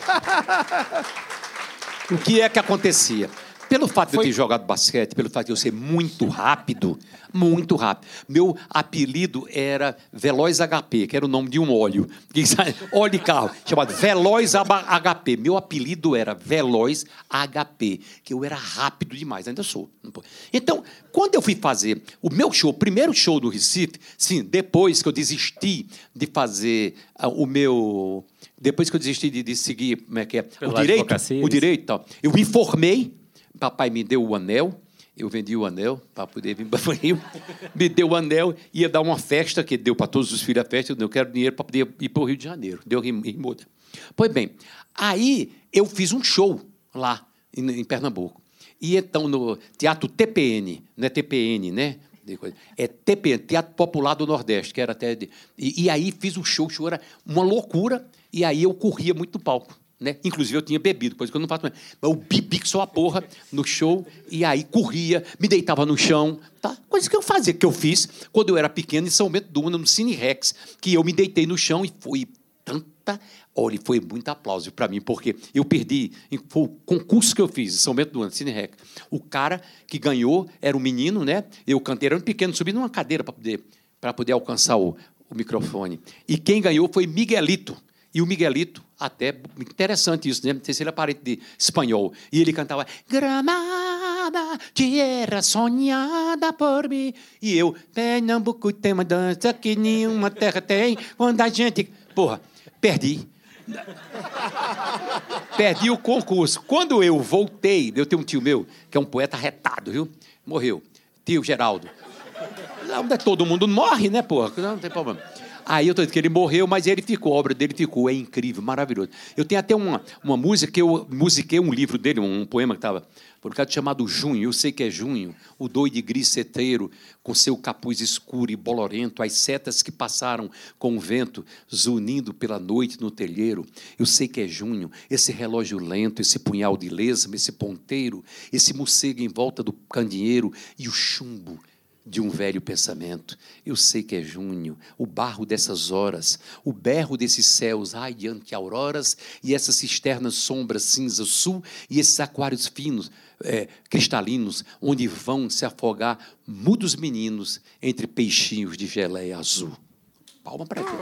O que é que acontecia? Pelo fato de eu ter jogado basquete, pelo fato de eu ser muito rápido, meu apelido era Veloz HP, que era o nome de um óleo. Óleo de carro, chamado Veloz HP. Meu apelido era Veloz HP, que eu era rápido demais, ainda sou. Então, quando eu fui fazer o meu show, o primeiro show do Recife, sim, depois que eu desisti de fazer o meu... Depois que eu desisti de seguir, como é que é? O direito, tal, eu me formei. Papai me deu o anel, eu vendi o anel para poder vir para o Rio. Me deu o anel, ia dar uma festa, que deu para todos os filhos a festa. Eu quero dinheiro para poder ir para o Rio de Janeiro. Deu em muda. Pois bem, aí eu fiz um show lá em Pernambuco. E então no Teatro TPN, não é TPN, né? É TPN, Teatro Popular do Nordeste, que era até... E aí fiz um show, o show era uma loucura, e aí eu corria muito no palco. Né? Inclusive, eu tinha bebido, coisa que eu não faço mais. Mas eu bebi que só a porra no show, e aí corria, me deitava no chão. Tá? Coisa que eu fazia, que eu fiz quando eu era pequeno em São Bento do Una, no Cine Rex, que eu me deitei no chão e foi tanta... Olha, foi muito aplauso para mim, porque eu perdi. Foi o concurso que eu fiz em São Bento do Una, Cine Rex. O cara que ganhou era um menino, né? Eu cantei, era um pequeno, subi numa cadeira para poder alcançar o microfone. E quem ganhou foi Miguelito. E o Miguelito, até interessante isso, né? Não sei se ele é parente de espanhol. E ele cantava Gramada, tierra sonhada por mim. E eu, Pernambuco tem uma dança que nenhuma terra tem. Quando a gente... Porra, perdi. Perdi o concurso. Quando eu voltei, eu tenho um tio meu, que é um poeta arretado, viu? Morreu. Tio Geraldo. Todo mundo morre, né, porra? Não tem problema. Aí eu estou dizendo que ele morreu, mas ele ficou, a obra dele ficou, é incrível, maravilhoso. Eu tenho até uma música que eu musiquei um livro dele, um poema que estava publicado chamado Junho. Eu sei que é junho, o doide griseteiro, com seu capuz escuro e bolorento, as setas que passaram com o vento, zunindo pela noite no telheiro. Eu sei que é junho, esse relógio lento, esse punhal de lesma, esse ponteiro, esse morcego em volta do candeeiro e o chumbo de um velho pensamento. Eu sei que é junho, o barro dessas horas, o berro desses céus, ai, de anti-auroras, e essas cisternas sombras cinza sul, e esses aquários finos, cristalinos, onde vão se afogar mudos meninos entre peixinhos de geleia azul. Palma para quê?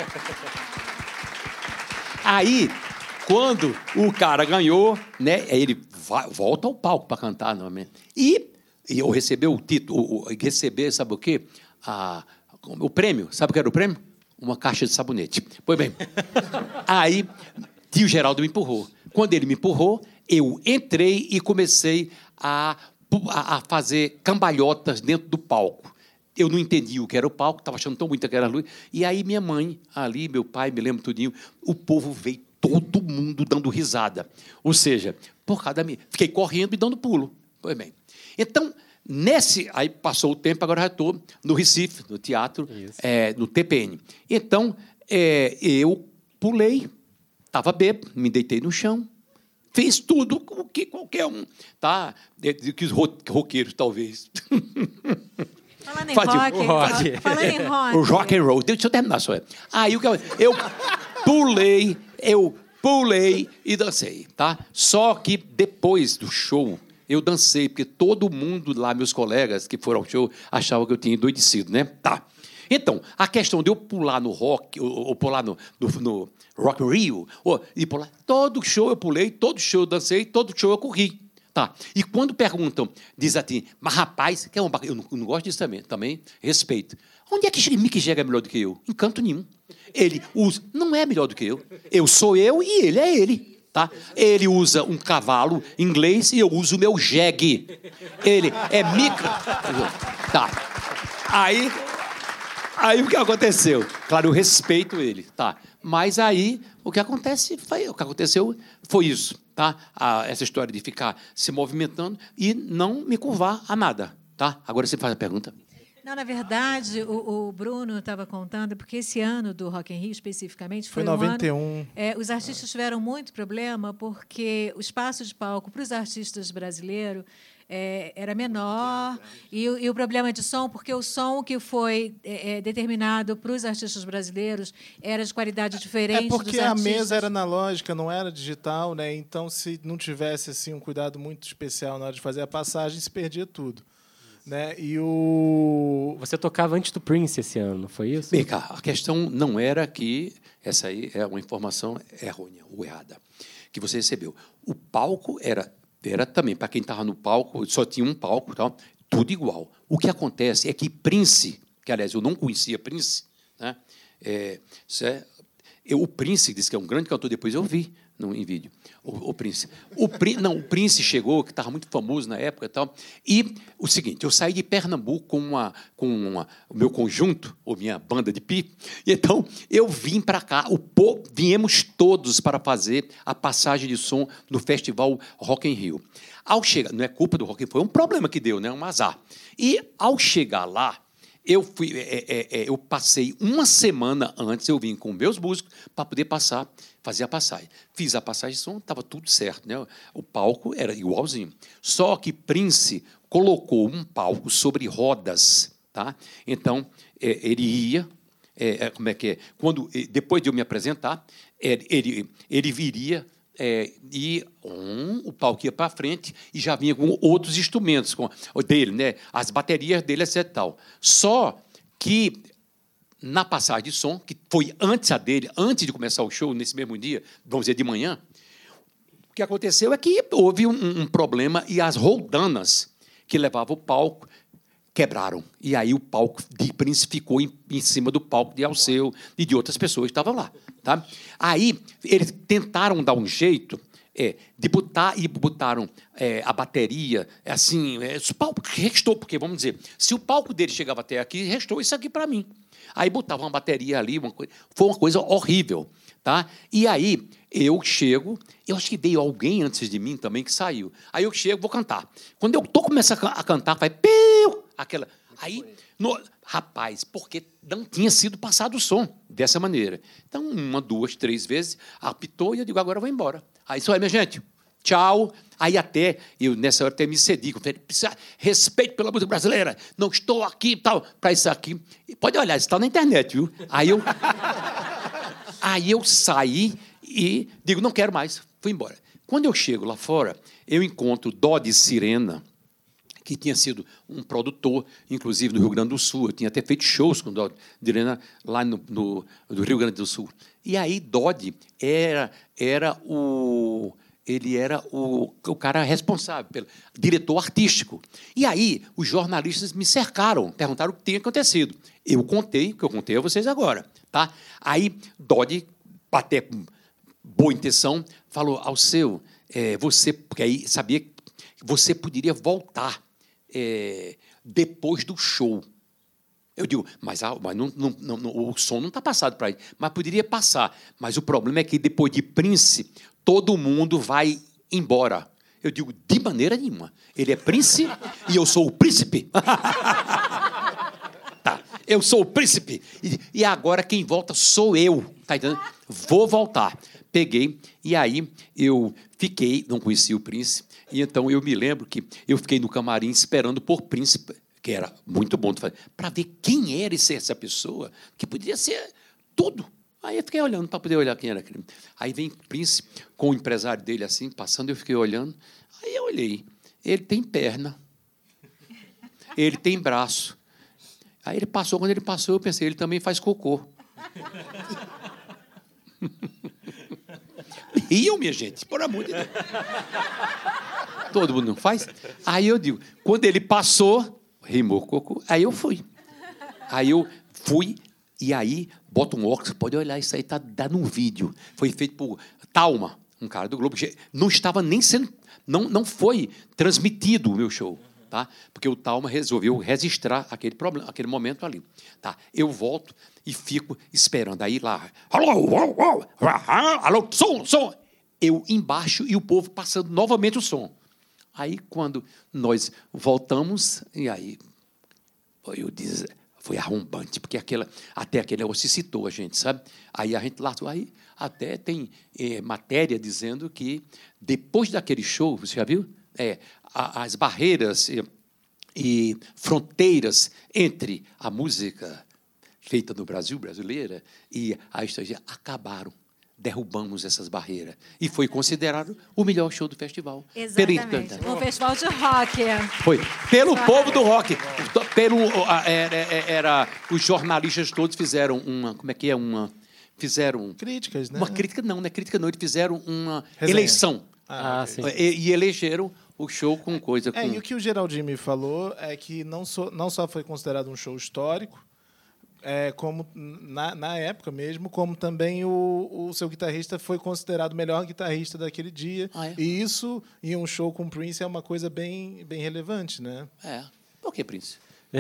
Aí, quando o cara ganhou, né, ele volta ao palco para cantar novamente. E eu recebi o título, sabe o quê? O prêmio, sabe o que era o prêmio? Uma caixa de sabonete. Pois bem, aí tio Geraldo me empurrou. Quando ele me empurrou, eu entrei e comecei a fazer cambalhotas dentro do palco. Eu não entendi o que era o palco, estava achando tão bonita que era a luz. E aí minha mãe, ali, meu pai, me lembro tudinho, o povo veio, todo mundo dando risada. Ou seja, por causa da minha... Fiquei correndo e dando pulo. Pois bem. Então, aí passou o tempo, agora já estou no Recife, no teatro, no TPN. Então, eu pulei, estava bêbado, me deitei no chão, fiz tudo o que qualquer um, tá? Que os roqueiros, talvez. Falando em rock. O rock and roll. Deixa eu terminar só. Aí eu pulei e dancei, tá? Só que depois do show, eu dancei, porque todo mundo lá, meus colegas que foram ao show, achavam que eu tinha endoidecido, né? Tá. Então, a questão de eu pular no rock, ou pular no Rock in Rio, e pular, todo show eu pulei, todo show eu dancei, todo show eu corri. Tá. E quando perguntam, diz assim, mas rapaz, eu não gosto disso também respeito. Onde é que Mick Jagger é melhor do que eu? Em canto nenhum. Ele usa... Não é melhor do que eu. Eu sou eu e ele é ele. Tá? Ele usa um cavalo inglês e eu uso o meu jegue. Ele é Mick... Tá. Aí o que aconteceu? Claro, eu respeito ele. Tá. Mas aí o que aconteceu foi isso. Tá? Essa história de ficar se movimentando e não me curvar a nada. Tá? Agora você faz a pergunta. Não, na verdade, o Bruno estava contando, porque esse ano do Rock in Rio, especificamente, foi 91. Um ano, os artistas tiveram muito problema, porque o espaço de palco para os artistas brasileiros era menor, e o problema de som, porque o som que foi determinado para os artistas brasileiros era de qualidade diferente dos artistas. É porque a mesa era analógica, não era digital, né? Então, se não tivesse assim, um cuidado muito especial na hora de fazer a passagem, se perdia tudo. Né? Você tocava antes do Prince esse ano, não foi isso? Bem, cá, a questão não era que... Essa aí é uma informação errônea ou errada, que você recebeu. O palco era também, para quem estava no palco, só tinha um palco, tá? Tudo igual. O que acontece é que Prince, que, aliás, eu não conhecia Prince, né? O Prince disse que é um grande cantor, depois eu vi em vídeo. O Prince. O Prince chegou, que estava muito famoso na época e tal. E o seguinte, eu saí de Pernambuco com o meu conjunto, ou minha banda de pi, e então eu vim para cá. Viemos todos para fazer a passagem de som no Festival Rock in Rio. Ao chegar, não é culpa do Rock in Rio, foi um problema que deu, né? Um azar. E, ao chegar lá, eu passei uma semana antes, eu vim com meus músicos para poder fazer a passagem. Fiz a passagem de som, estava tudo certo, né? O palco era igualzinho. Só que Prince colocou um palco sobre rodas, tá? Então, ele ia... como é que é? Depois de eu me apresentar, ele viria... o palco ia para frente e já vinha com outros instrumentos dele, né? As baterias dele, etc. Tal. Só que, na passagem de som, que foi antes de começar o show, nesse mesmo dia, vamos dizer, de manhã, o que aconteceu é que houve um problema e as roldanas que levavam o palco quebraram. E aí o palco de Prince ficou em cima do palco de Alceu e de outras pessoas que estavam lá. Tá? Aí eles tentaram dar um jeito de botar e botaram a bateria, assim, o palco restou, porque, vamos dizer, se o palco dele chegava até aqui, restou isso aqui para mim. Aí botavam uma bateria ali, foi uma coisa horrível. Tá? E aí eu chego, eu acho que veio alguém antes de mim também que saiu. Aí eu chego, vou cantar. Quando eu começo a cantar, faz piu, aquela... Aí, rapaz, porque não tinha sido passado o som dessa maneira. Então, 1, 2, 3 vezes, apitou e eu digo, agora eu vou embora. Aí, isso aí, minha gente, tchau. Aí eu, nessa hora, até me cedi. Respeito pela música brasileira, não estou aqui tal, para isso aqui. E pode olhar, isso está na internet, viu? Aí eu saí e digo, não quero mais, fui embora. Quando eu chego lá fora, eu encontro Dodi Sirena, que tinha sido um produtor, inclusive, do Rio Grande do Sul. Eu tinha até feito shows com Dodi Sirena lá no Rio Grande do Sul. E aí Dodi ele era o cara responsável, pelo diretor artístico. E aí os jornalistas me cercaram, perguntaram o que tinha acontecido. Eu contei, o que eu contei a vocês agora. Tá? Aí Dodi, até com boa intenção, falou, Alceu, você, porque aí sabia que você poderia voltar depois do show. Eu digo, mas não, o som não está passado para ele, mas poderia passar. Mas o problema é que depois de Prince, todo mundo vai embora. Eu digo, de maneira nenhuma. Ele é Prince e eu sou o príncipe. Tá, eu sou o príncipe. E agora quem volta sou eu. Tá entendendo? Vou voltar. Peguei, e aí eu fiquei, não conhecia o Prince, e então eu me lembro que eu fiquei no camarim esperando por Prince, que era muito bom para ver quem era essa pessoa, que podia ser tudo. Aí eu fiquei olhando para poder olhar quem era aquele. Aí vem Prince com o empresário dele assim, passando, eu fiquei olhando. Aí eu olhei. Ele tem perna. Ele tem braço. Aí ele passou, quando ele passou, eu pensei, ele também faz cocô. Riam, minha gente, por amor de Deus. Todo mundo não faz? Aí eu digo, quando ele passou, rimou cocô, aí eu fui. Aí eu fui, e aí, bota um óculos, pode olhar, isso aí tá dando um vídeo. Foi feito por Talma, um cara do Globo. Não estava nem sendo... Não foi transmitido o meu show, tá? Porque o Talma resolveu registrar aquele problema, aquele momento ali. Tá? Eu volto e fico esperando. Aí lá... Alô, som! Eu embaixo e o povo passando novamente o som. Aí, quando nós voltamos, e aí... Foi arrombante, porque até aquele negócio citou a gente, sabe? Aí a gente lá, aí até tem matéria dizendo que depois daquele show, você já viu? As barreiras e fronteiras entre a música feita no Brasil, brasileira, e a estrangeira acabaram. Derrubamos essas barreiras. E foi considerado o melhor show do festival. Exatamente. Um festival de rock. Foi. Pelo povo do rock. Os jornalistas todos fizeram uma... Como é que é? Fizeram... Críticas, né? Uma crítica não é crítica não. Eles fizeram uma Resenha. eleição. Sim. E elegeram o show com coisa... E o que o Geraldinho me falou é que não só foi considerado um show histórico, como na época mesmo, como também o seu guitarrista foi considerado o melhor guitarrista daquele dia. E isso, em um show com Prince, é uma coisa bem relevante, né? Por que Prince?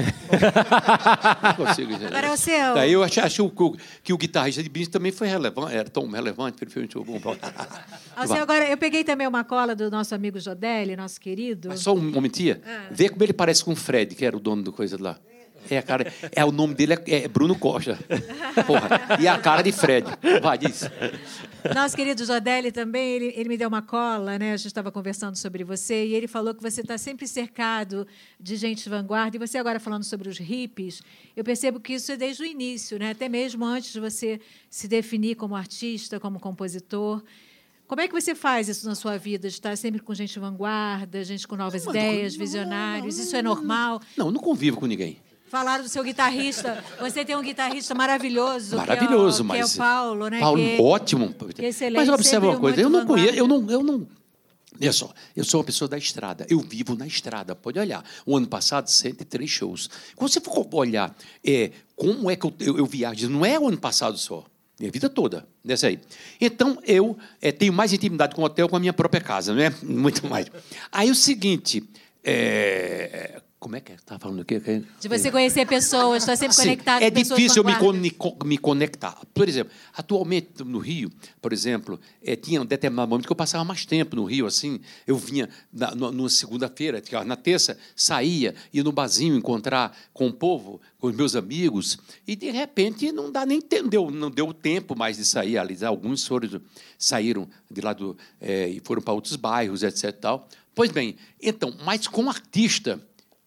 Não consigo entender. Agora é o seu. Daí eu acho que o guitarrista de Prince também foi relevante, era tão relevante, ele fez um show bom. Agora, eu peguei também uma cola do nosso amigo Jodelli, nosso querido. Mas só um momentinho. Vê como ele parece com o Fred, que era o dono do coisa lá. O nome dele é Bruno Costa. Porra. E a cara de Fred. Vai, diz. Nosso querido Jodelli também, ele me deu uma cola, né? A gente estava conversando sobre você, e ele falou que você está sempre cercado de gente de vanguarda. E você agora falando sobre os hippies, eu percebo que isso é desde o início, né? Até mesmo antes de você se definir como artista, como compositor. Como é que você faz isso na sua vida, de estar sempre com gente de vanguarda, gente com novas ideias, visionários? Isso é normal? Não convivo com ninguém. Falaram do seu guitarrista. Você tem um guitarrista maravilhoso. Maravilhoso, que é o Paulo, né? Paulo, ótimo. Que é excelente. Mas observa uma coisa, eu não vanguarda. conheço, olha só, eu sou uma pessoa da estrada, eu vivo na estrada, pode olhar. O ano passado, 103 shows. Quando você for olhar como é que eu viajo, não é o ano passado só, minha vida toda, dessa aí. Então, eu tenho mais intimidade com o hotel com a minha própria casa, não é? Muito mais. Aí, o seguinte... Como é que estava falando aqui? De você conhecer pessoas, estar sempre conectado com pessoas. É difícil eu me conectar. Por exemplo, atualmente no Rio, por exemplo, tinha um determinado momento que eu passava mais tempo no Rio, assim, eu vinha numa segunda-feira, na terça, saía, ia no barzinho encontrar com o povo, com os meus amigos, e de repente não deu tempo mais de sair ali. Alguns saíram de lá e foram para outros bairros, etc. Tal. Pois bem, então, mas com artista.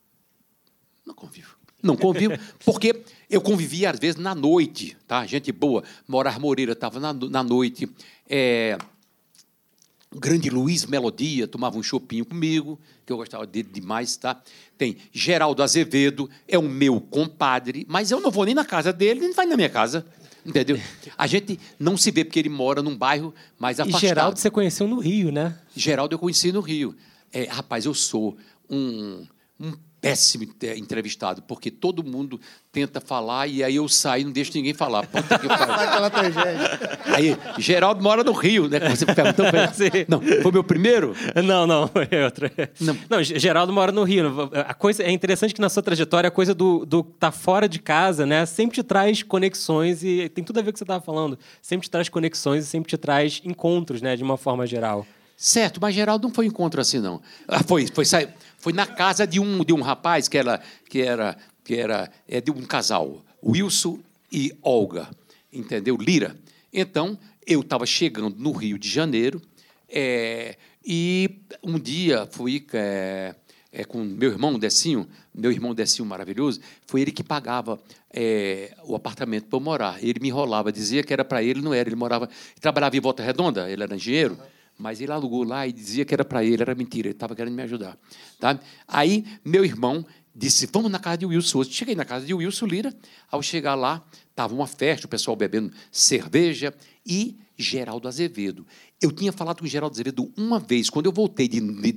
Não convivo, porque eu convivia, às vezes, na noite, tá? Gente boa. Morar Moreira estava na noite. O grande Luiz Melodia tomava um chopinho comigo, que eu gostava dele demais, tá? Tem Geraldo Azevedo, é o meu compadre, mas eu não vou nem na casa dele, nem vai na minha casa. Entendeu? A gente não se vê porque ele mora num bairro mais afastado. E Geraldo você conheceu no Rio, né? Geraldo eu conheci no Rio. Rapaz, eu sou um péssimo entrevistado, porque todo mundo tenta falar e aí eu saio e não deixo ninguém falar. Aquela tragédia. Aí, Geraldo mora no Rio, né? Você perguntou pra ele. Não, foi meu primeiro? Não, foi outro. Não, Geraldo mora no Rio. A coisa, é interessante que na sua trajetória a coisa do tá fora de casa, né? Sempre te traz conexões e tem tudo a ver com o que você estava falando. Sempre te traz conexões e sempre te traz encontros, né? De uma forma geral. Certo, mas Geraldo não foi um encontro assim, não. Foi na casa de um rapaz que era de um casal, Wilson e Olga, entendeu? Lira. Então, eu estava chegando no Rio de Janeiro e um dia fui com meu irmão Decinho maravilhoso, foi ele que pagava o apartamento para eu morar. Ele me enrolava, dizia que era para ele, não era. Ele trabalhava em Volta Redonda, ele era engenheiro. Mas ele alugou lá e dizia que era para ele, era mentira, ele estava querendo me ajudar. Tá? Aí, meu irmão disse, vamos na casa de Wilson hoje. Cheguei na casa de Wilson Lira, ao chegar lá, estava uma festa, o pessoal bebendo cerveja, e Geraldo Azevedo. Eu tinha falado com o Geraldo Azevedo uma vez, quando eu voltei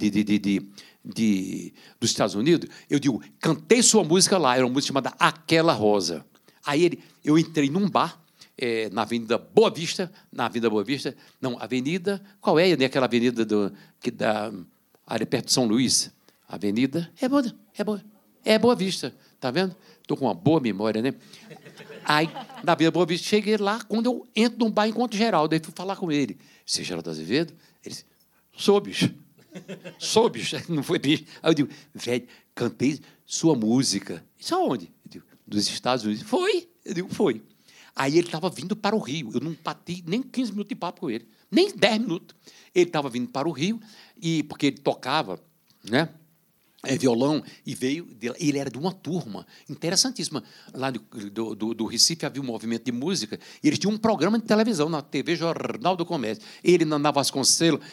dos Estados Unidos, eu digo, cantei sua música lá, era uma música chamada Aquela Rosa. Aí eu entrei num bar, na Avenida Boa Vista, qual é aquela avenida que dá ali perto de São Luís? Avenida, é Boa Vista, tá vendo? Estou com uma boa memória, né? Aí, na Avenida Boa Vista, cheguei lá, quando eu entro num bar, encontro o Geraldo, aí fui falar com ele. Você é Geraldo Azevedo? Ele disse, sou, bicho. Não foi bicho. Aí eu digo, velho, cantei sua música. Isso aonde? Eu digo, dos Estados Unidos. Foi? Eu digo, foi. Aí ele estava vindo para o Rio. Eu não bati nem 15 minutos de papo com ele, nem 10 minutos. Ele estava vindo para o Rio, porque ele tocava, né? Violão, e veio. Ele era de uma turma interessantíssima. Lá do Recife havia um movimento de música, e eles tinham um programa de televisão na TV Jornal do Comércio. Ele na Vasconcelos,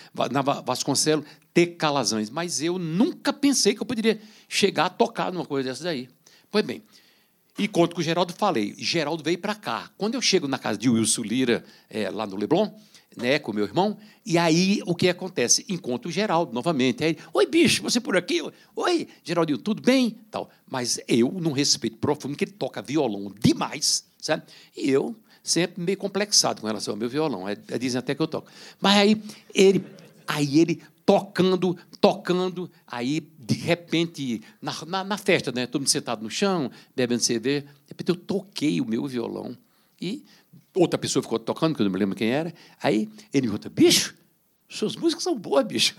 T. Calazans. Mas eu nunca pensei que eu poderia chegar a tocar numa coisa dessas aí. Pois bem, e conto com o Geraldo, falei. Geraldo veio para cá. Quando eu chego na casa de Wilson Lira, lá no Leblon, né, com o meu irmão, e aí o que acontece? Encontro o Geraldo novamente. Aí ele, oi, bicho, você por aqui? Oi, Geraldinho, tudo bem? Tal. Mas eu, num respeito profundo, que ele toca violão demais, sabe? E eu sempre meio complexado com relação ao meu violão. Dizem até que eu toco. Mas aí ele tocando, aí, de repente, na festa, né, todo mundo sentado no chão, bebendo cerveja, de repente eu toquei o meu violão e outra pessoa ficou tocando, que eu não me lembro quem era. Aí ele me conta, bicho, suas músicas são boas, bicho.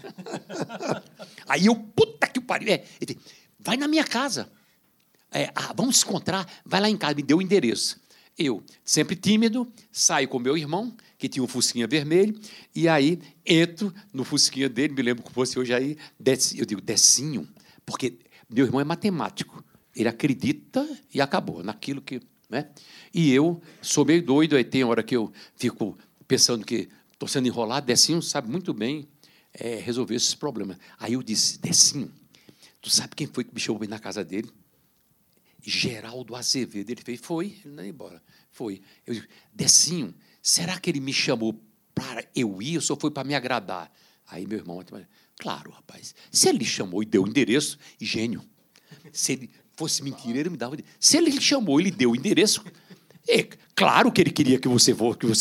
Aí eu, puta que pariu. Ele disse, vai na minha casa. Vamos se encontrar, vai lá em casa, me deu o endereço. Eu, sempre tímido, saio com meu irmão, que tinha um fusquinha vermelho, e aí entro no fusquinha dele, me lembro que fosse hoje aí, eu digo, Decinho, porque meu irmão é matemático. Ele acredita e acabou naquilo que... Né? E eu sou meio doido, aí tem hora que eu fico pensando que estou sendo enrolado. Decinho sabe muito bem resolver esses problemas. Aí eu disse, Decinho, tu sabe quem foi que me chamou na casa dele? Geraldo Azevedo. Ele fez, foi, ele não ia embora. Foi. Eu digo, Decinho, será que ele me chamou para eu ir ou só foi para me agradar? Aí meu irmão, claro, rapaz, se ele lhe chamou e deu o endereço, gênio. Se ele fosse mentira, ele me dava. Se ele lhe chamou, ele deu o endereço. Claro que ele queria que você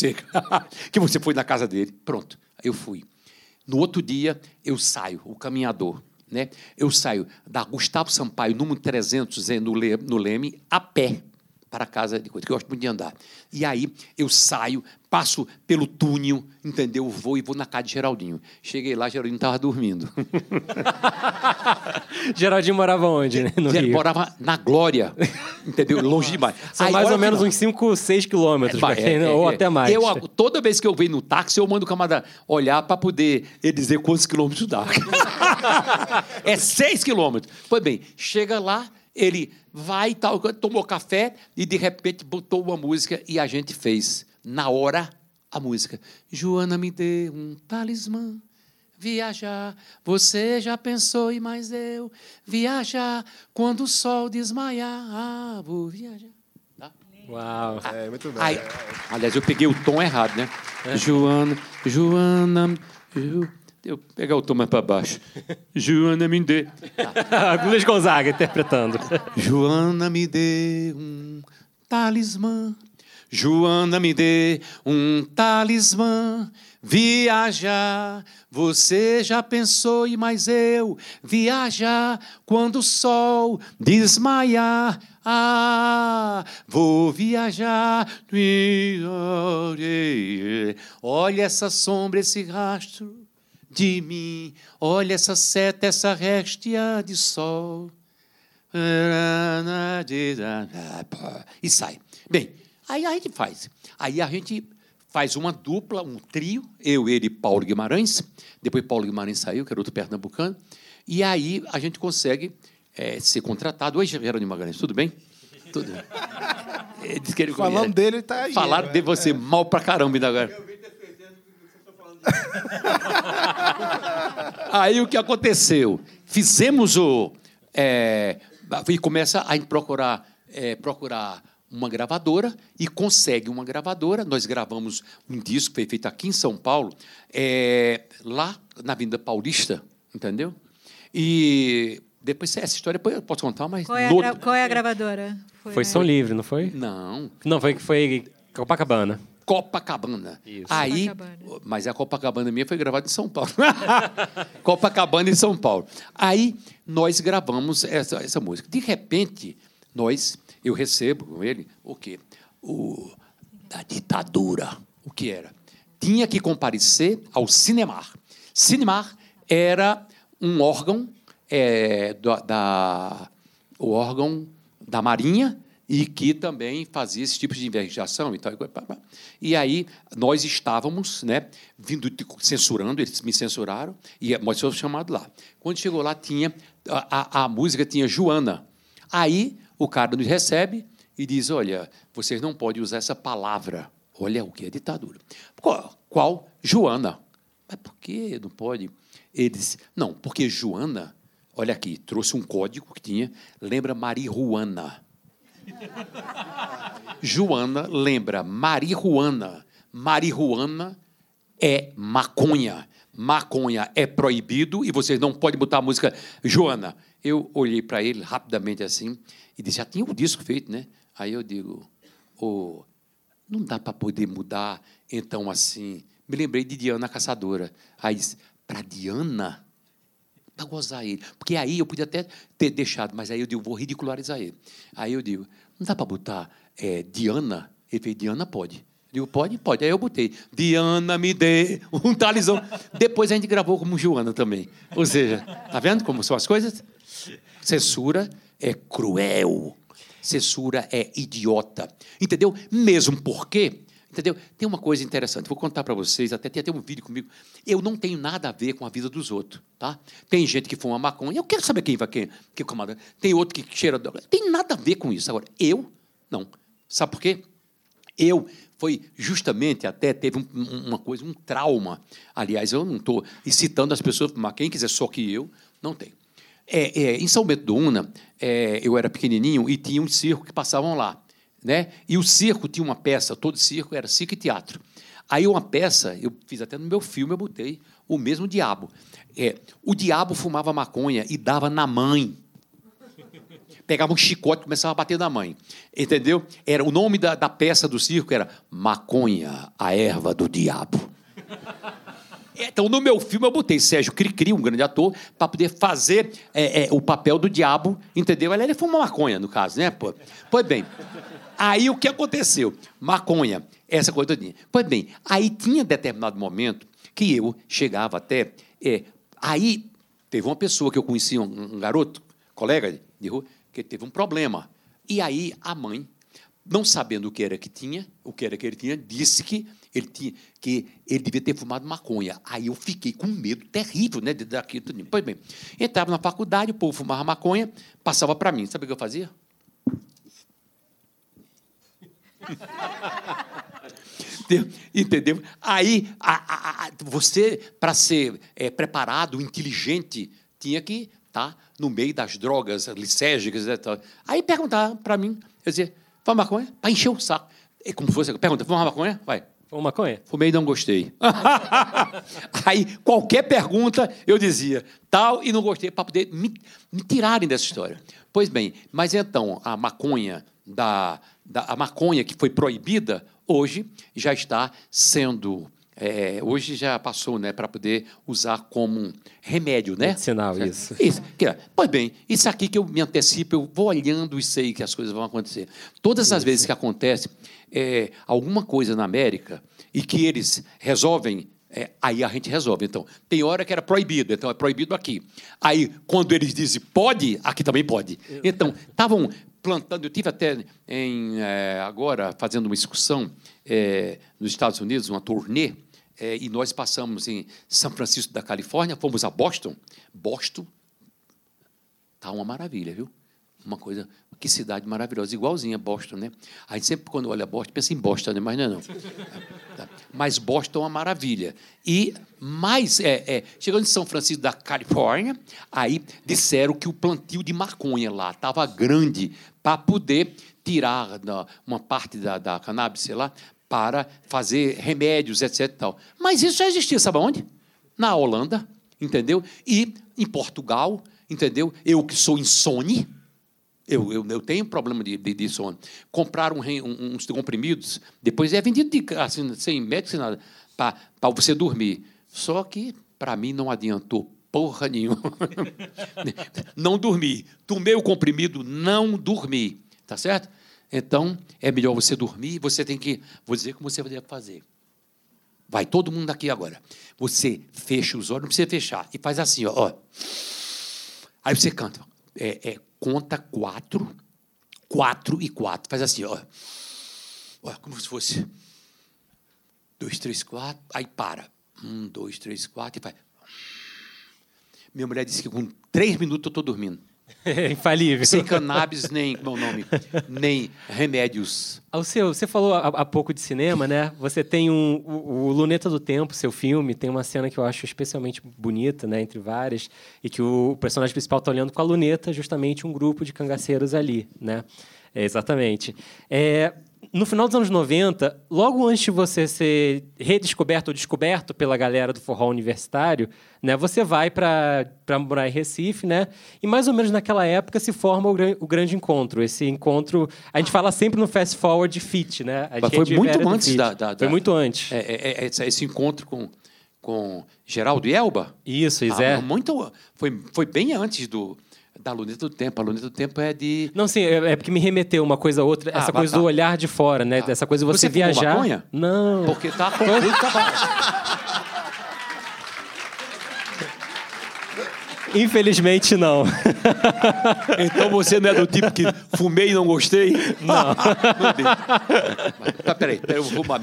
foi na casa dele. Pronto, eu fui. No outro dia, eu saio, o caminhador, né? Eu saio da Gustavo Sampaio, número 300, no Leme, a pé, para a casa de coisa, que eu gosto muito de andar. E aí eu saio, passo pelo túnel, entendeu? Vou na casa de Geraldinho. Cheguei lá, Geraldinho estava dormindo. Geraldinho morava onde, né, no Rio? Morava na Glória, entendeu? Longe demais. São aí, mais ou menos uns 5, 6 quilômetros, ou até mais. Toda vez que eu venho no táxi, eu mando o camarada olhar para poder ele dizer quantos quilômetros dá. 6 quilômetros. Pois bem, chega lá, ele vai, tal, tomou café e, de repente, botou uma música e a gente fez, na hora, a música. Joana, me dê um talismã, viajar, você já pensou e mais eu, viajar, quando o sol desmaiar, vou viajar. Tá? Uau. Muito bem. Aliás, eu peguei o tom errado, né? Joana, eu pegar o tom mais para baixo. Joana, me dê. Luiz Gonzaga interpretando. Joana, me dê um talismã. Joana, me dê um talismã. Viajar, você já pensou e mais eu. Viajar, quando o sol desmaiar. Vou viajar. Olha essa sombra, esse rastro de mim, olha essa seta, essa réstia de sol. E sai. Bem, aí a gente faz. Aí a gente faz uma dupla, um trio, eu, ele e Paulo Guimarães. Depois Paulo Guimarães saiu, que era outro pernambucano. E aí a gente consegue ser contratado. Oi, Geraldo Magalhães, tudo bem? Tudo. Falando dele, ele está aí. Falaram de você mal pra caramba ainda agora. Aí o que aconteceu? Fizemos E começa a procurar uma gravadora e consegue uma gravadora. Nós gravamos um disco que foi feito aqui em São Paulo, lá na Avenida Paulista, entendeu? E depois essa história eu posso contar, mas... Qual é a gravadora? Foi Som Livre, não foi? Não. Não, foi Copacabana. Copacabana. Isso. Aí, Copacabana. mas a Copacabana minha foi gravada em São Paulo. Copacabana em São Paulo. Aí nós gravamos essa música. De repente, eu recebo com ele o quê? Da ditadura. O que era? Tinha que comparecer ao Cinemar. Cinemar era um órgão, o órgão da Marinha, e que também fazia esse tipo de investigação e tal. E aí nós estávamos, né, censurando, eles me censuraram, e nós fomos chamados lá. Quando chegou lá, a música tinha Joana. Aí o cara nos recebe e diz, olha, vocês não podem usar essa palavra. Olha o que é ditadura. Qual? Joana. Mas por que não pode? Ele disse, não, porque Joana, olha aqui, trouxe um código que tinha, lembra marihuana. Joana lembra marihuana. Marihuana é maconha. Maconha é proibido e vocês não podem botar a música Joana. Eu olhei para ele rapidamente assim e disse, já tinha um disco feito, né? Aí eu digo, não dá para poder mudar, então, assim... Me lembrei de Diana Caçadora. Aí disse, para Diana... para gozar ele. Porque aí eu podia até ter deixado, mas aí eu digo, vou ridicularizar ele. Aí eu digo, não dá para botar Diana? Ele fez, Diana pode. Eu digo, pode. Aí eu botei, Diana me dê um talismã. Depois a gente gravou como Joana também. Ou seja, tá vendo como são as coisas? Censura é cruel. Censura é idiota. Entendeu? Mesmo porque... Entendeu? Tem uma coisa interessante, vou contar para vocês, tem até um vídeo comigo. Eu não tenho nada a ver com a vida dos outros. Tá? Tem gente que fuma maconha, eu quero saber quem vai quem. Tem outro que cheira droga. Tem nada a ver com isso. Agora, eu, não. Sabe por quê? Foi justamente, até teve uma coisa, um trauma. Aliás, eu não estou incitando as pessoas a fumar. Quem quiser só que eu, não tem. Em São Bento do Una, eu era pequenininho e tinha um circo que passavam lá. Né? E o circo tinha uma peça, todo circo era circo e teatro. Aí uma peça, eu fiz até no meu filme, eu botei o mesmo diabo. O diabo fumava maconha e dava na mãe. Pegava um chicote e começava a bater na mãe. Entendeu? O nome da peça do circo era Maconha, a erva do diabo. Então, no meu filme, eu botei Sérgio Cricri, um grande ator, para poder fazer o papel do diabo, entendeu? Ele fuma maconha, no caso, né? Pois bem... Aí, o que aconteceu? Maconha, essa coisa todinha. Pois bem, aí tinha determinado momento que eu chegava até... aí, teve uma pessoa que eu conhecia, um garoto, colega de rua, que teve um problema. E aí, a mãe, não sabendo o que era que ele tinha, disse que ele devia ter fumado maconha. Aí eu fiquei com medo terrível, né, daquilo tudo. Pois bem, entrava na faculdade, o povo fumava maconha, passava para mim. Sabe o que eu fazia? Entendeu? Aí, você, para ser preparado, inteligente, tinha que estar no meio das drogas lisérgicas. Aí perguntava para mim, eu dizia, fuma maconha? Para encher o saco. É como se fosse, pergunta, fuma maconha? Vai. Fuma maconha? Fumei e não gostei. Aí, qualquer pergunta, eu dizia tal e não gostei, para poder me tirarem dessa história. Pois bem, mas então, a maconha a maconha que foi proibida, hoje já está sendo... hoje já passou, né, para poder usar como remédio, né? Medicinal, isso. Pois bem, isso aqui que eu me antecipo, eu vou olhando e sei que as coisas vão acontecer. Todas as vezes que acontece alguma coisa na América e que eles resolvem, aí a gente resolve. Então, tem hora que era proibido, então é proibido aqui. Aí, quando eles dizem pode, aqui também pode. Então, estavam... plantando, eu tive até agora fazendo uma excursão nos Estados Unidos, uma turnê, e nós passamos em São Francisco da Califórnia, fomos a Boston. Boston está uma maravilha, viu? uma coisa... Que cidade maravilhosa, igualzinha a Boston, né? A gente sempre, quando olha Boston, pensa em Boston, né? Mas não é não. Mas Boston é uma maravilha. E mais, chegando em São Francisco da Califórnia, aí disseram que o plantio de maconha lá estava grande para poder tirar uma parte da cannabis, sei lá, para fazer remédios, etc. Tal. Mas isso já existia, sabe onde? Na Holanda, entendeu? E em Portugal, entendeu? Eu que sou insone, eu tenho problema de sono. Comprar uns comprimidos, depois é vendido assim, sem médico, sem nada, para você dormir. Só que, para mim, não adiantou porra nenhuma. Não dormi. Tomei o comprimido, não dormi. Tá certo? Então, é melhor você dormir. Você tem que... Vou dizer como você deve fazer. Vai todo mundo aqui agora. Você fecha os olhos, não precisa fechar. E faz assim, ó. Aí você canta. Conta 4, 4 e 4. Faz assim, ó. Como se fosse 2, 3, 4. Aí para. 1, 2, 3, 4 e faz. Minha mulher disse que com 3 minutos eu estou dormindo. É infalível. Sem cannabis, nem, meu nome, nem remédios. Alceu, você falou há pouco de cinema, né? Você tem o Luneta do Tempo, seu filme, tem uma cena que eu acho especialmente bonita, né, entre várias, e que o personagem principal está olhando com a luneta justamente um grupo de cangaceiros ali, né? Exatamente. No final dos anos 90, logo antes de você ser redescoberto ou descoberto pela galera do forró universitário, né, você vai para morar em Recife, né? E mais ou menos naquela época se forma o grande encontro. Esse encontro, a gente fala sempre no Fast Forward Fit, né? Mas foi muito antes Foi muito antes. Esse encontro com Geraldo e Elba? Isso, Zé. Foi bem antes da Luneta do Tempo. A Luneta do Tempo é de... Não, sim, é porque me remeteu uma coisa a outra, essa coisa do olhar de fora, né? Essa coisa de você viajar. Maconha? Não. Porque tá concluído o trabalho. Infelizmente, não. Então você não é do tipo que fumei e não gostei? Não. Peraí, eu vou fumar.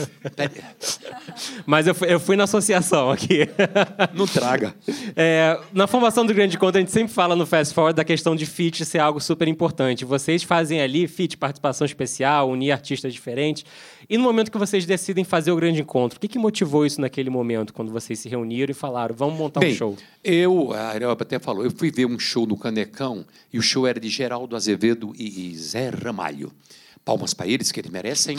Mas eu fui na associação aqui. Não traga. Na formação do Grande Encontro, a gente sempre fala no Fast Forward da questão de feat ser algo super importante. Vocês fazem ali feat, participação especial, unir artistas diferentes. E no momento que vocês decidem fazer o Grande Encontro, o que motivou isso naquele momento, quando vocês se reuniram e falaram, vamos montar um show? A Areoba até falou, eu fui ver um show no Canecão e o show era de Geraldo Azevedo e Zé Ramalho. Palmas para eles, que eles merecem.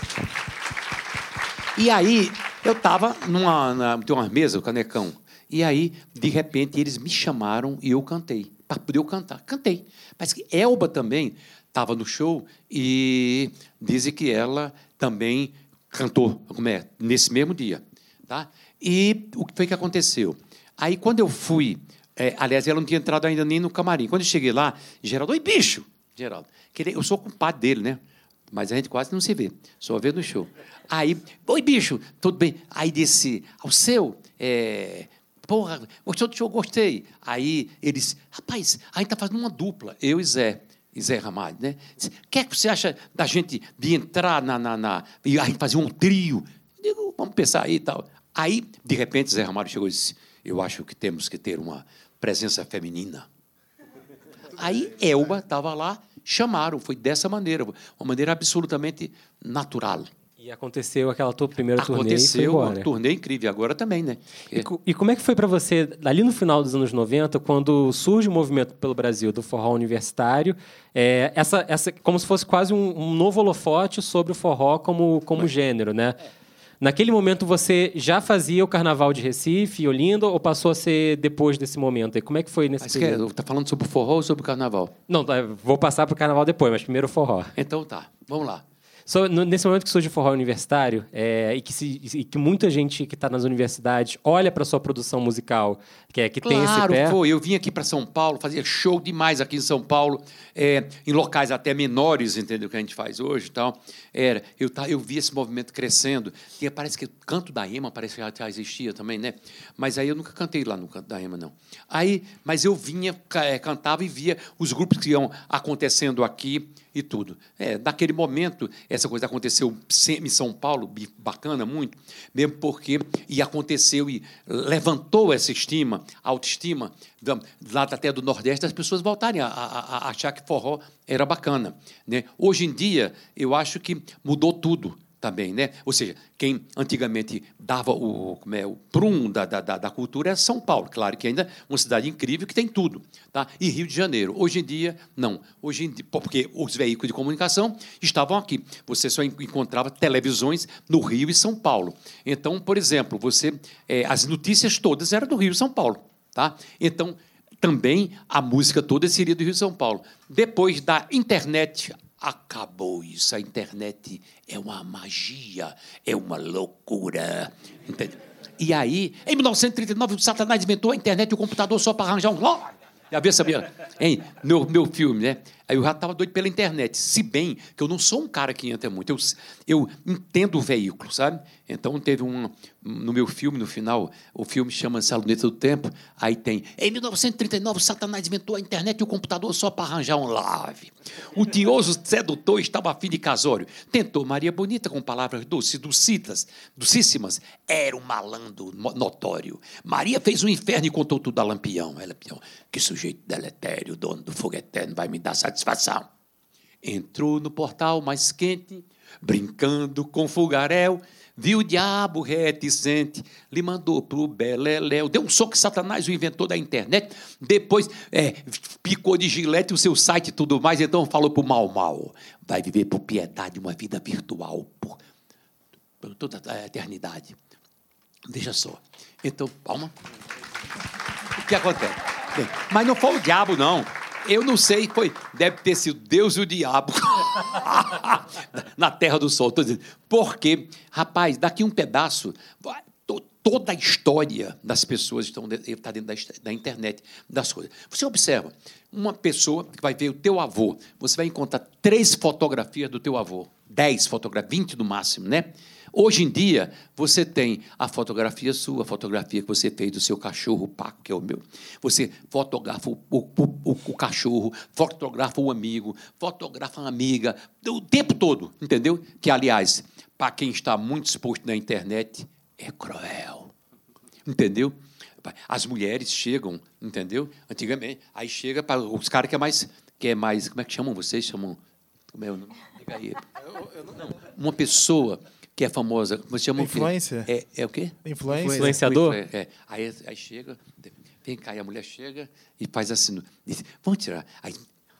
E aí, eu estava tem uma mesa, o Canecão, e aí, de repente, eles me chamaram e eu cantei, para poder eu cantar. Cantei. Mas que Elba também estava no show e dizem que ela também cantou, nesse mesmo dia. Tá? E o que foi que aconteceu? Aí, quando eu fui... aliás, ela não tinha entrado ainda nem no camarim. Quando eu cheguei lá, Geraldo, oi, bicho! Geraldo, eu sou compadre dele, né? Mas a gente quase não se vê, só vê no show. Aí, oi, bicho, tudo bem? Aí disse, Alceu, porra, gostou do show? Gostei. Aí eles, rapaz, a gente está fazendo uma dupla, eu e Zé Ramalho, né? O que é que você acha da gente de entrar e a gente fazer um trio? Eu digo, vamos pensar aí e tal. Aí, de repente, Zé Ramalho chegou e disse, eu acho que temos que ter uma presença feminina. Aí, Elba estava lá, chamaram, foi dessa maneira, uma maneira absolutamente natural. E aconteceu aquela tua primeira turnê. Aconteceu, uma turnê incrível, agora também, né? E como é que foi para você, ali no final dos anos 90, quando surge o movimento pelo Brasil do forró universitário, como se fosse quase um novo holofote sobre o forró como gênero, né? Naquele momento, você já fazia o Carnaval de Recife, Olinda, ou passou a ser depois desse momento? E como é que foi nesse período? Está falando sobre o forró ou sobre o Carnaval? Não, vou passar para o Carnaval depois, mas primeiro o forró. Então tá, vamos lá. Nesse momento que surge o forró universitário, e que muita gente que está nas universidades olha para a sua produção musical, que tem esse pé... Claro, eu vim aqui para São Paulo, fazia show demais aqui em São Paulo, em locais até menores, entendeu, que a gente faz hoje e tal. Eu vi esse movimento crescendo, e parece que o Canto da Ema parece que já existia também, né? Mas aí eu nunca cantei lá no Canto da Ema, não. Mas eu vinha, cantava e via os grupos que iam acontecendo aqui e tudo. Naquele momento, essa coisa aconteceu em São Paulo, bacana muito, mesmo porque aconteceu e levantou essa estima, autoestima, lá até do Nordeste, as pessoas voltarem a achar que forró era bacana, né? Hoje em dia, eu acho que mudou tudo também, né? Ou seja, quem antigamente dava o prum da cultura é São Paulo. Claro que ainda é uma cidade incrível que tem tudo, tá? E Rio de Janeiro. Hoje em dia, não. Hoje em dia, porque os veículos de comunicação estavam aqui. Você só encontrava televisões no Rio e São Paulo. Então, por exemplo, as notícias todas eram do Rio e São Paulo, tá? Então, também a música toda seria do Rio e São Paulo. Depois da internet, acabou isso. A internet é uma magia, é uma loucura. Entende? E aí, em 1939, o Satanás inventou a internet e o computador só para arranjar um... Já viu, sabia? Hein? Meu filme, né? Aí eu já estava doido pela internet. Se bem que eu não sou um cara que entra muito. Eu entendo o veículo, sabe? Então, teve no meu filme, no final, o filme chama-se A Luneta do Tempo. Aí tem... Em 1939, o Satanás inventou a internet e o computador só para arranjar um live. O tioso sedutor estava a fim de casório. Tentou Maria Bonita com palavras doces, docíssimas. Era um malandro notório. Maria fez um inferno e contou tudo a Lampião. Ela, que sujeito deletério, dono do fogo eterno, vai me dar satisfação. Entrou no portal mais quente, brincando com fogaréu, viu o diabo reticente, lhe mandou pro beleléu, deu um soco, Satanás, o inventor da internet, depois picou de gilete o seu site e tudo mais, então falou pro Mal, vai viver por piedade uma vida virtual por toda a eternidade. Veja só. Então, palma. O que acontece? Bem, mas não foi o diabo, não. Eu não sei, deve ter sido Deus e o diabo na Terra do Sol. Estou dizendo, porque, rapaz, daqui um pedaço, toda a história das pessoas está dentro da internet, das coisas. Você observa, uma pessoa que vai ver o teu avô, você vai encontrar 3 fotografias do teu avô, 10 fotografias, 20 no máximo, né? Hoje em dia, você tem a fotografia sua, a fotografia que você fez do seu cachorro, Paco, que é o meu. Você fotografa o cachorro, fotografa o amigo, fotografa a amiga, o tempo todo, entendeu? Que, aliás, para quem está muito exposto na internet, é cruel, entendeu? As mulheres chegam, entendeu? Antigamente, aí chega para os caras que é mais, como é que chamam vocês? Chamam, como é o nome? Uma pessoa que é famosa, você chama influencer? É o quê? Influenciador? Aí chega, vem cá, e a mulher chega e faz assim, diz, vamos tirar. Aí,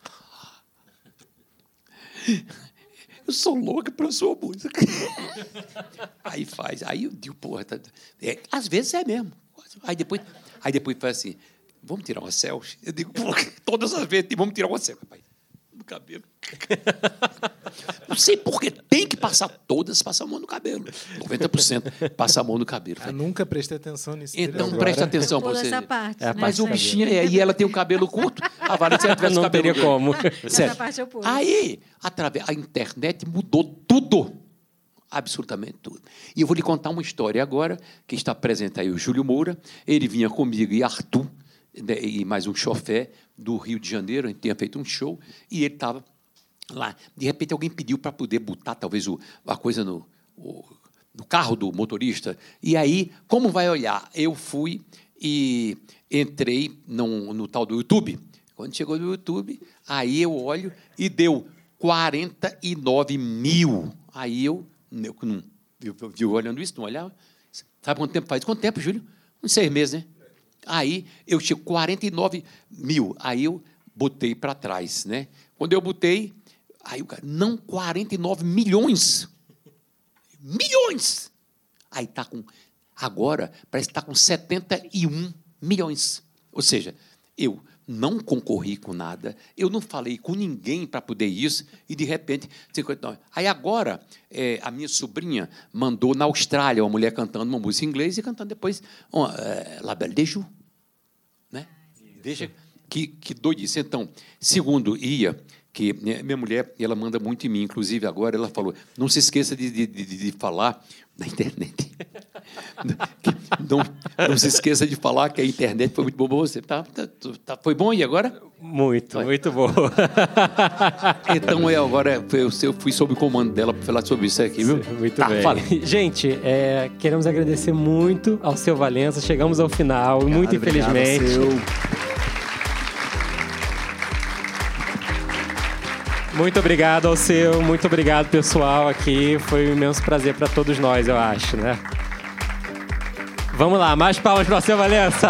eu sou louca para sua música. Aí faz, aí eu digo, porra, às vezes é mesmo. Aí depois faz assim, vamos tirar uma selfie? Eu digo, porra, todas as vezes, vamos tirar uma selfie, rapaz. No cabelo. Não sei porque tem que passar a mão no cabelo. 90% passa a mão no cabelo. Eu nunca prestei atenção nisso. Então, presta atenção para você. Essa parte, né? Mas o bichinho, e ela tem o cabelo curto. A Valéria tivesse não cabelo teria como. Essa parte eu pulo. Aí, a internet mudou tudo. Absolutamente tudo. E eu vou lhe contar uma história agora, que está presente aí o Júlio Moura. Ele vinha comigo e Arthur, e mais um chofé do Rio de Janeiro, a gente tinha feito um show, e ele estava lá. De repente, alguém pediu para poder botar, talvez, a coisa no carro do motorista. E aí, como vai olhar? Eu fui e entrei no tal do YouTube. Quando chegou no YouTube, aí eu olho e deu 49 mil. Aí eu olhando isso, não olhava. Sabe quanto tempo faz? Quanto tempo, Júlio? Uns 6 meses, né? Aí eu tinha 49 mil. Aí eu botei para trás, né? Quando eu botei, aí o cara, não, 49 milhões. Milhões! Aí está com, agora, parece que está com 71 milhões. Ou seja, eu não concorri com nada, eu não falei com ninguém para poder isso, e, de repente, 59. Aí, agora, a minha sobrinha mandou na Austrália uma mulher cantando uma música em inglês e cantando depois La Belle de Jour. Né? Veja que doidice. Então, segundo que minha mulher, ela manda muito em mim, inclusive agora ela falou, não se esqueça de falar na internet, Não se esqueça de falar que a internet foi muito boa para você. Foi bom, e agora? Muito bom. Então, agora eu fui sob o comando dela para falar sobre isso aqui, viu? Muito bem. Fala. Gente, queremos agradecer muito ao seu Valença. Chegamos ao final, muito infelizmente. Muito obrigado ao seu, muito obrigado, pessoal, aqui. Foi um imenso prazer para todos nós, eu acho, né? Vamos lá, mais palmas para o seu Valença!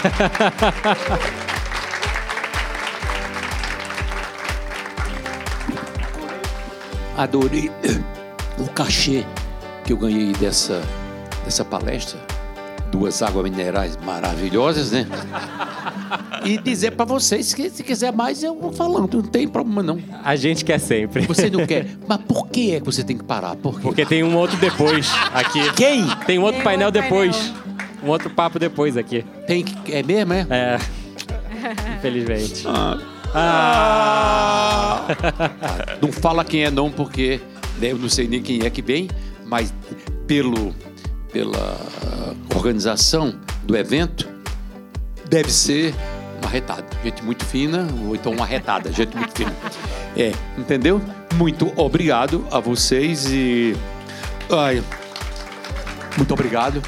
Adorei o cachê que eu ganhei dessa palestra. 2 águas minerais maravilhosas, né? E dizer para vocês que se quiser mais, eu vou falando. Não tem problema, não. A gente quer sempre. Você não quer? Mas por que é que você tem que parar? Por quê? Porque tem um outro depois aqui. Quem? Tem um outro painel depois. Um outro papo depois aqui. É mesmo, é? É. Infelizmente. Não fala quem é não, porque eu não sei nem quem é que vem, mas pela organização do evento, deve ser uma arretada. Gente muito fina, ou então uma arretada, gente muito fina. Entendeu? Muito obrigado a vocês e... muito obrigado.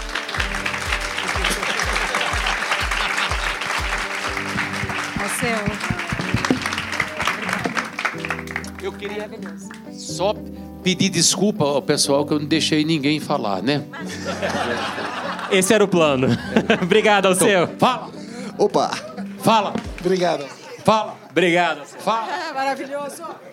Eu queria só pedir desculpa ao pessoal que eu não deixei ninguém falar, né? Esse era o plano. Obrigado, Alceu. Então, fala. Opa. Fala. Obrigado. Fala. Obrigado. Fala. Maravilhoso.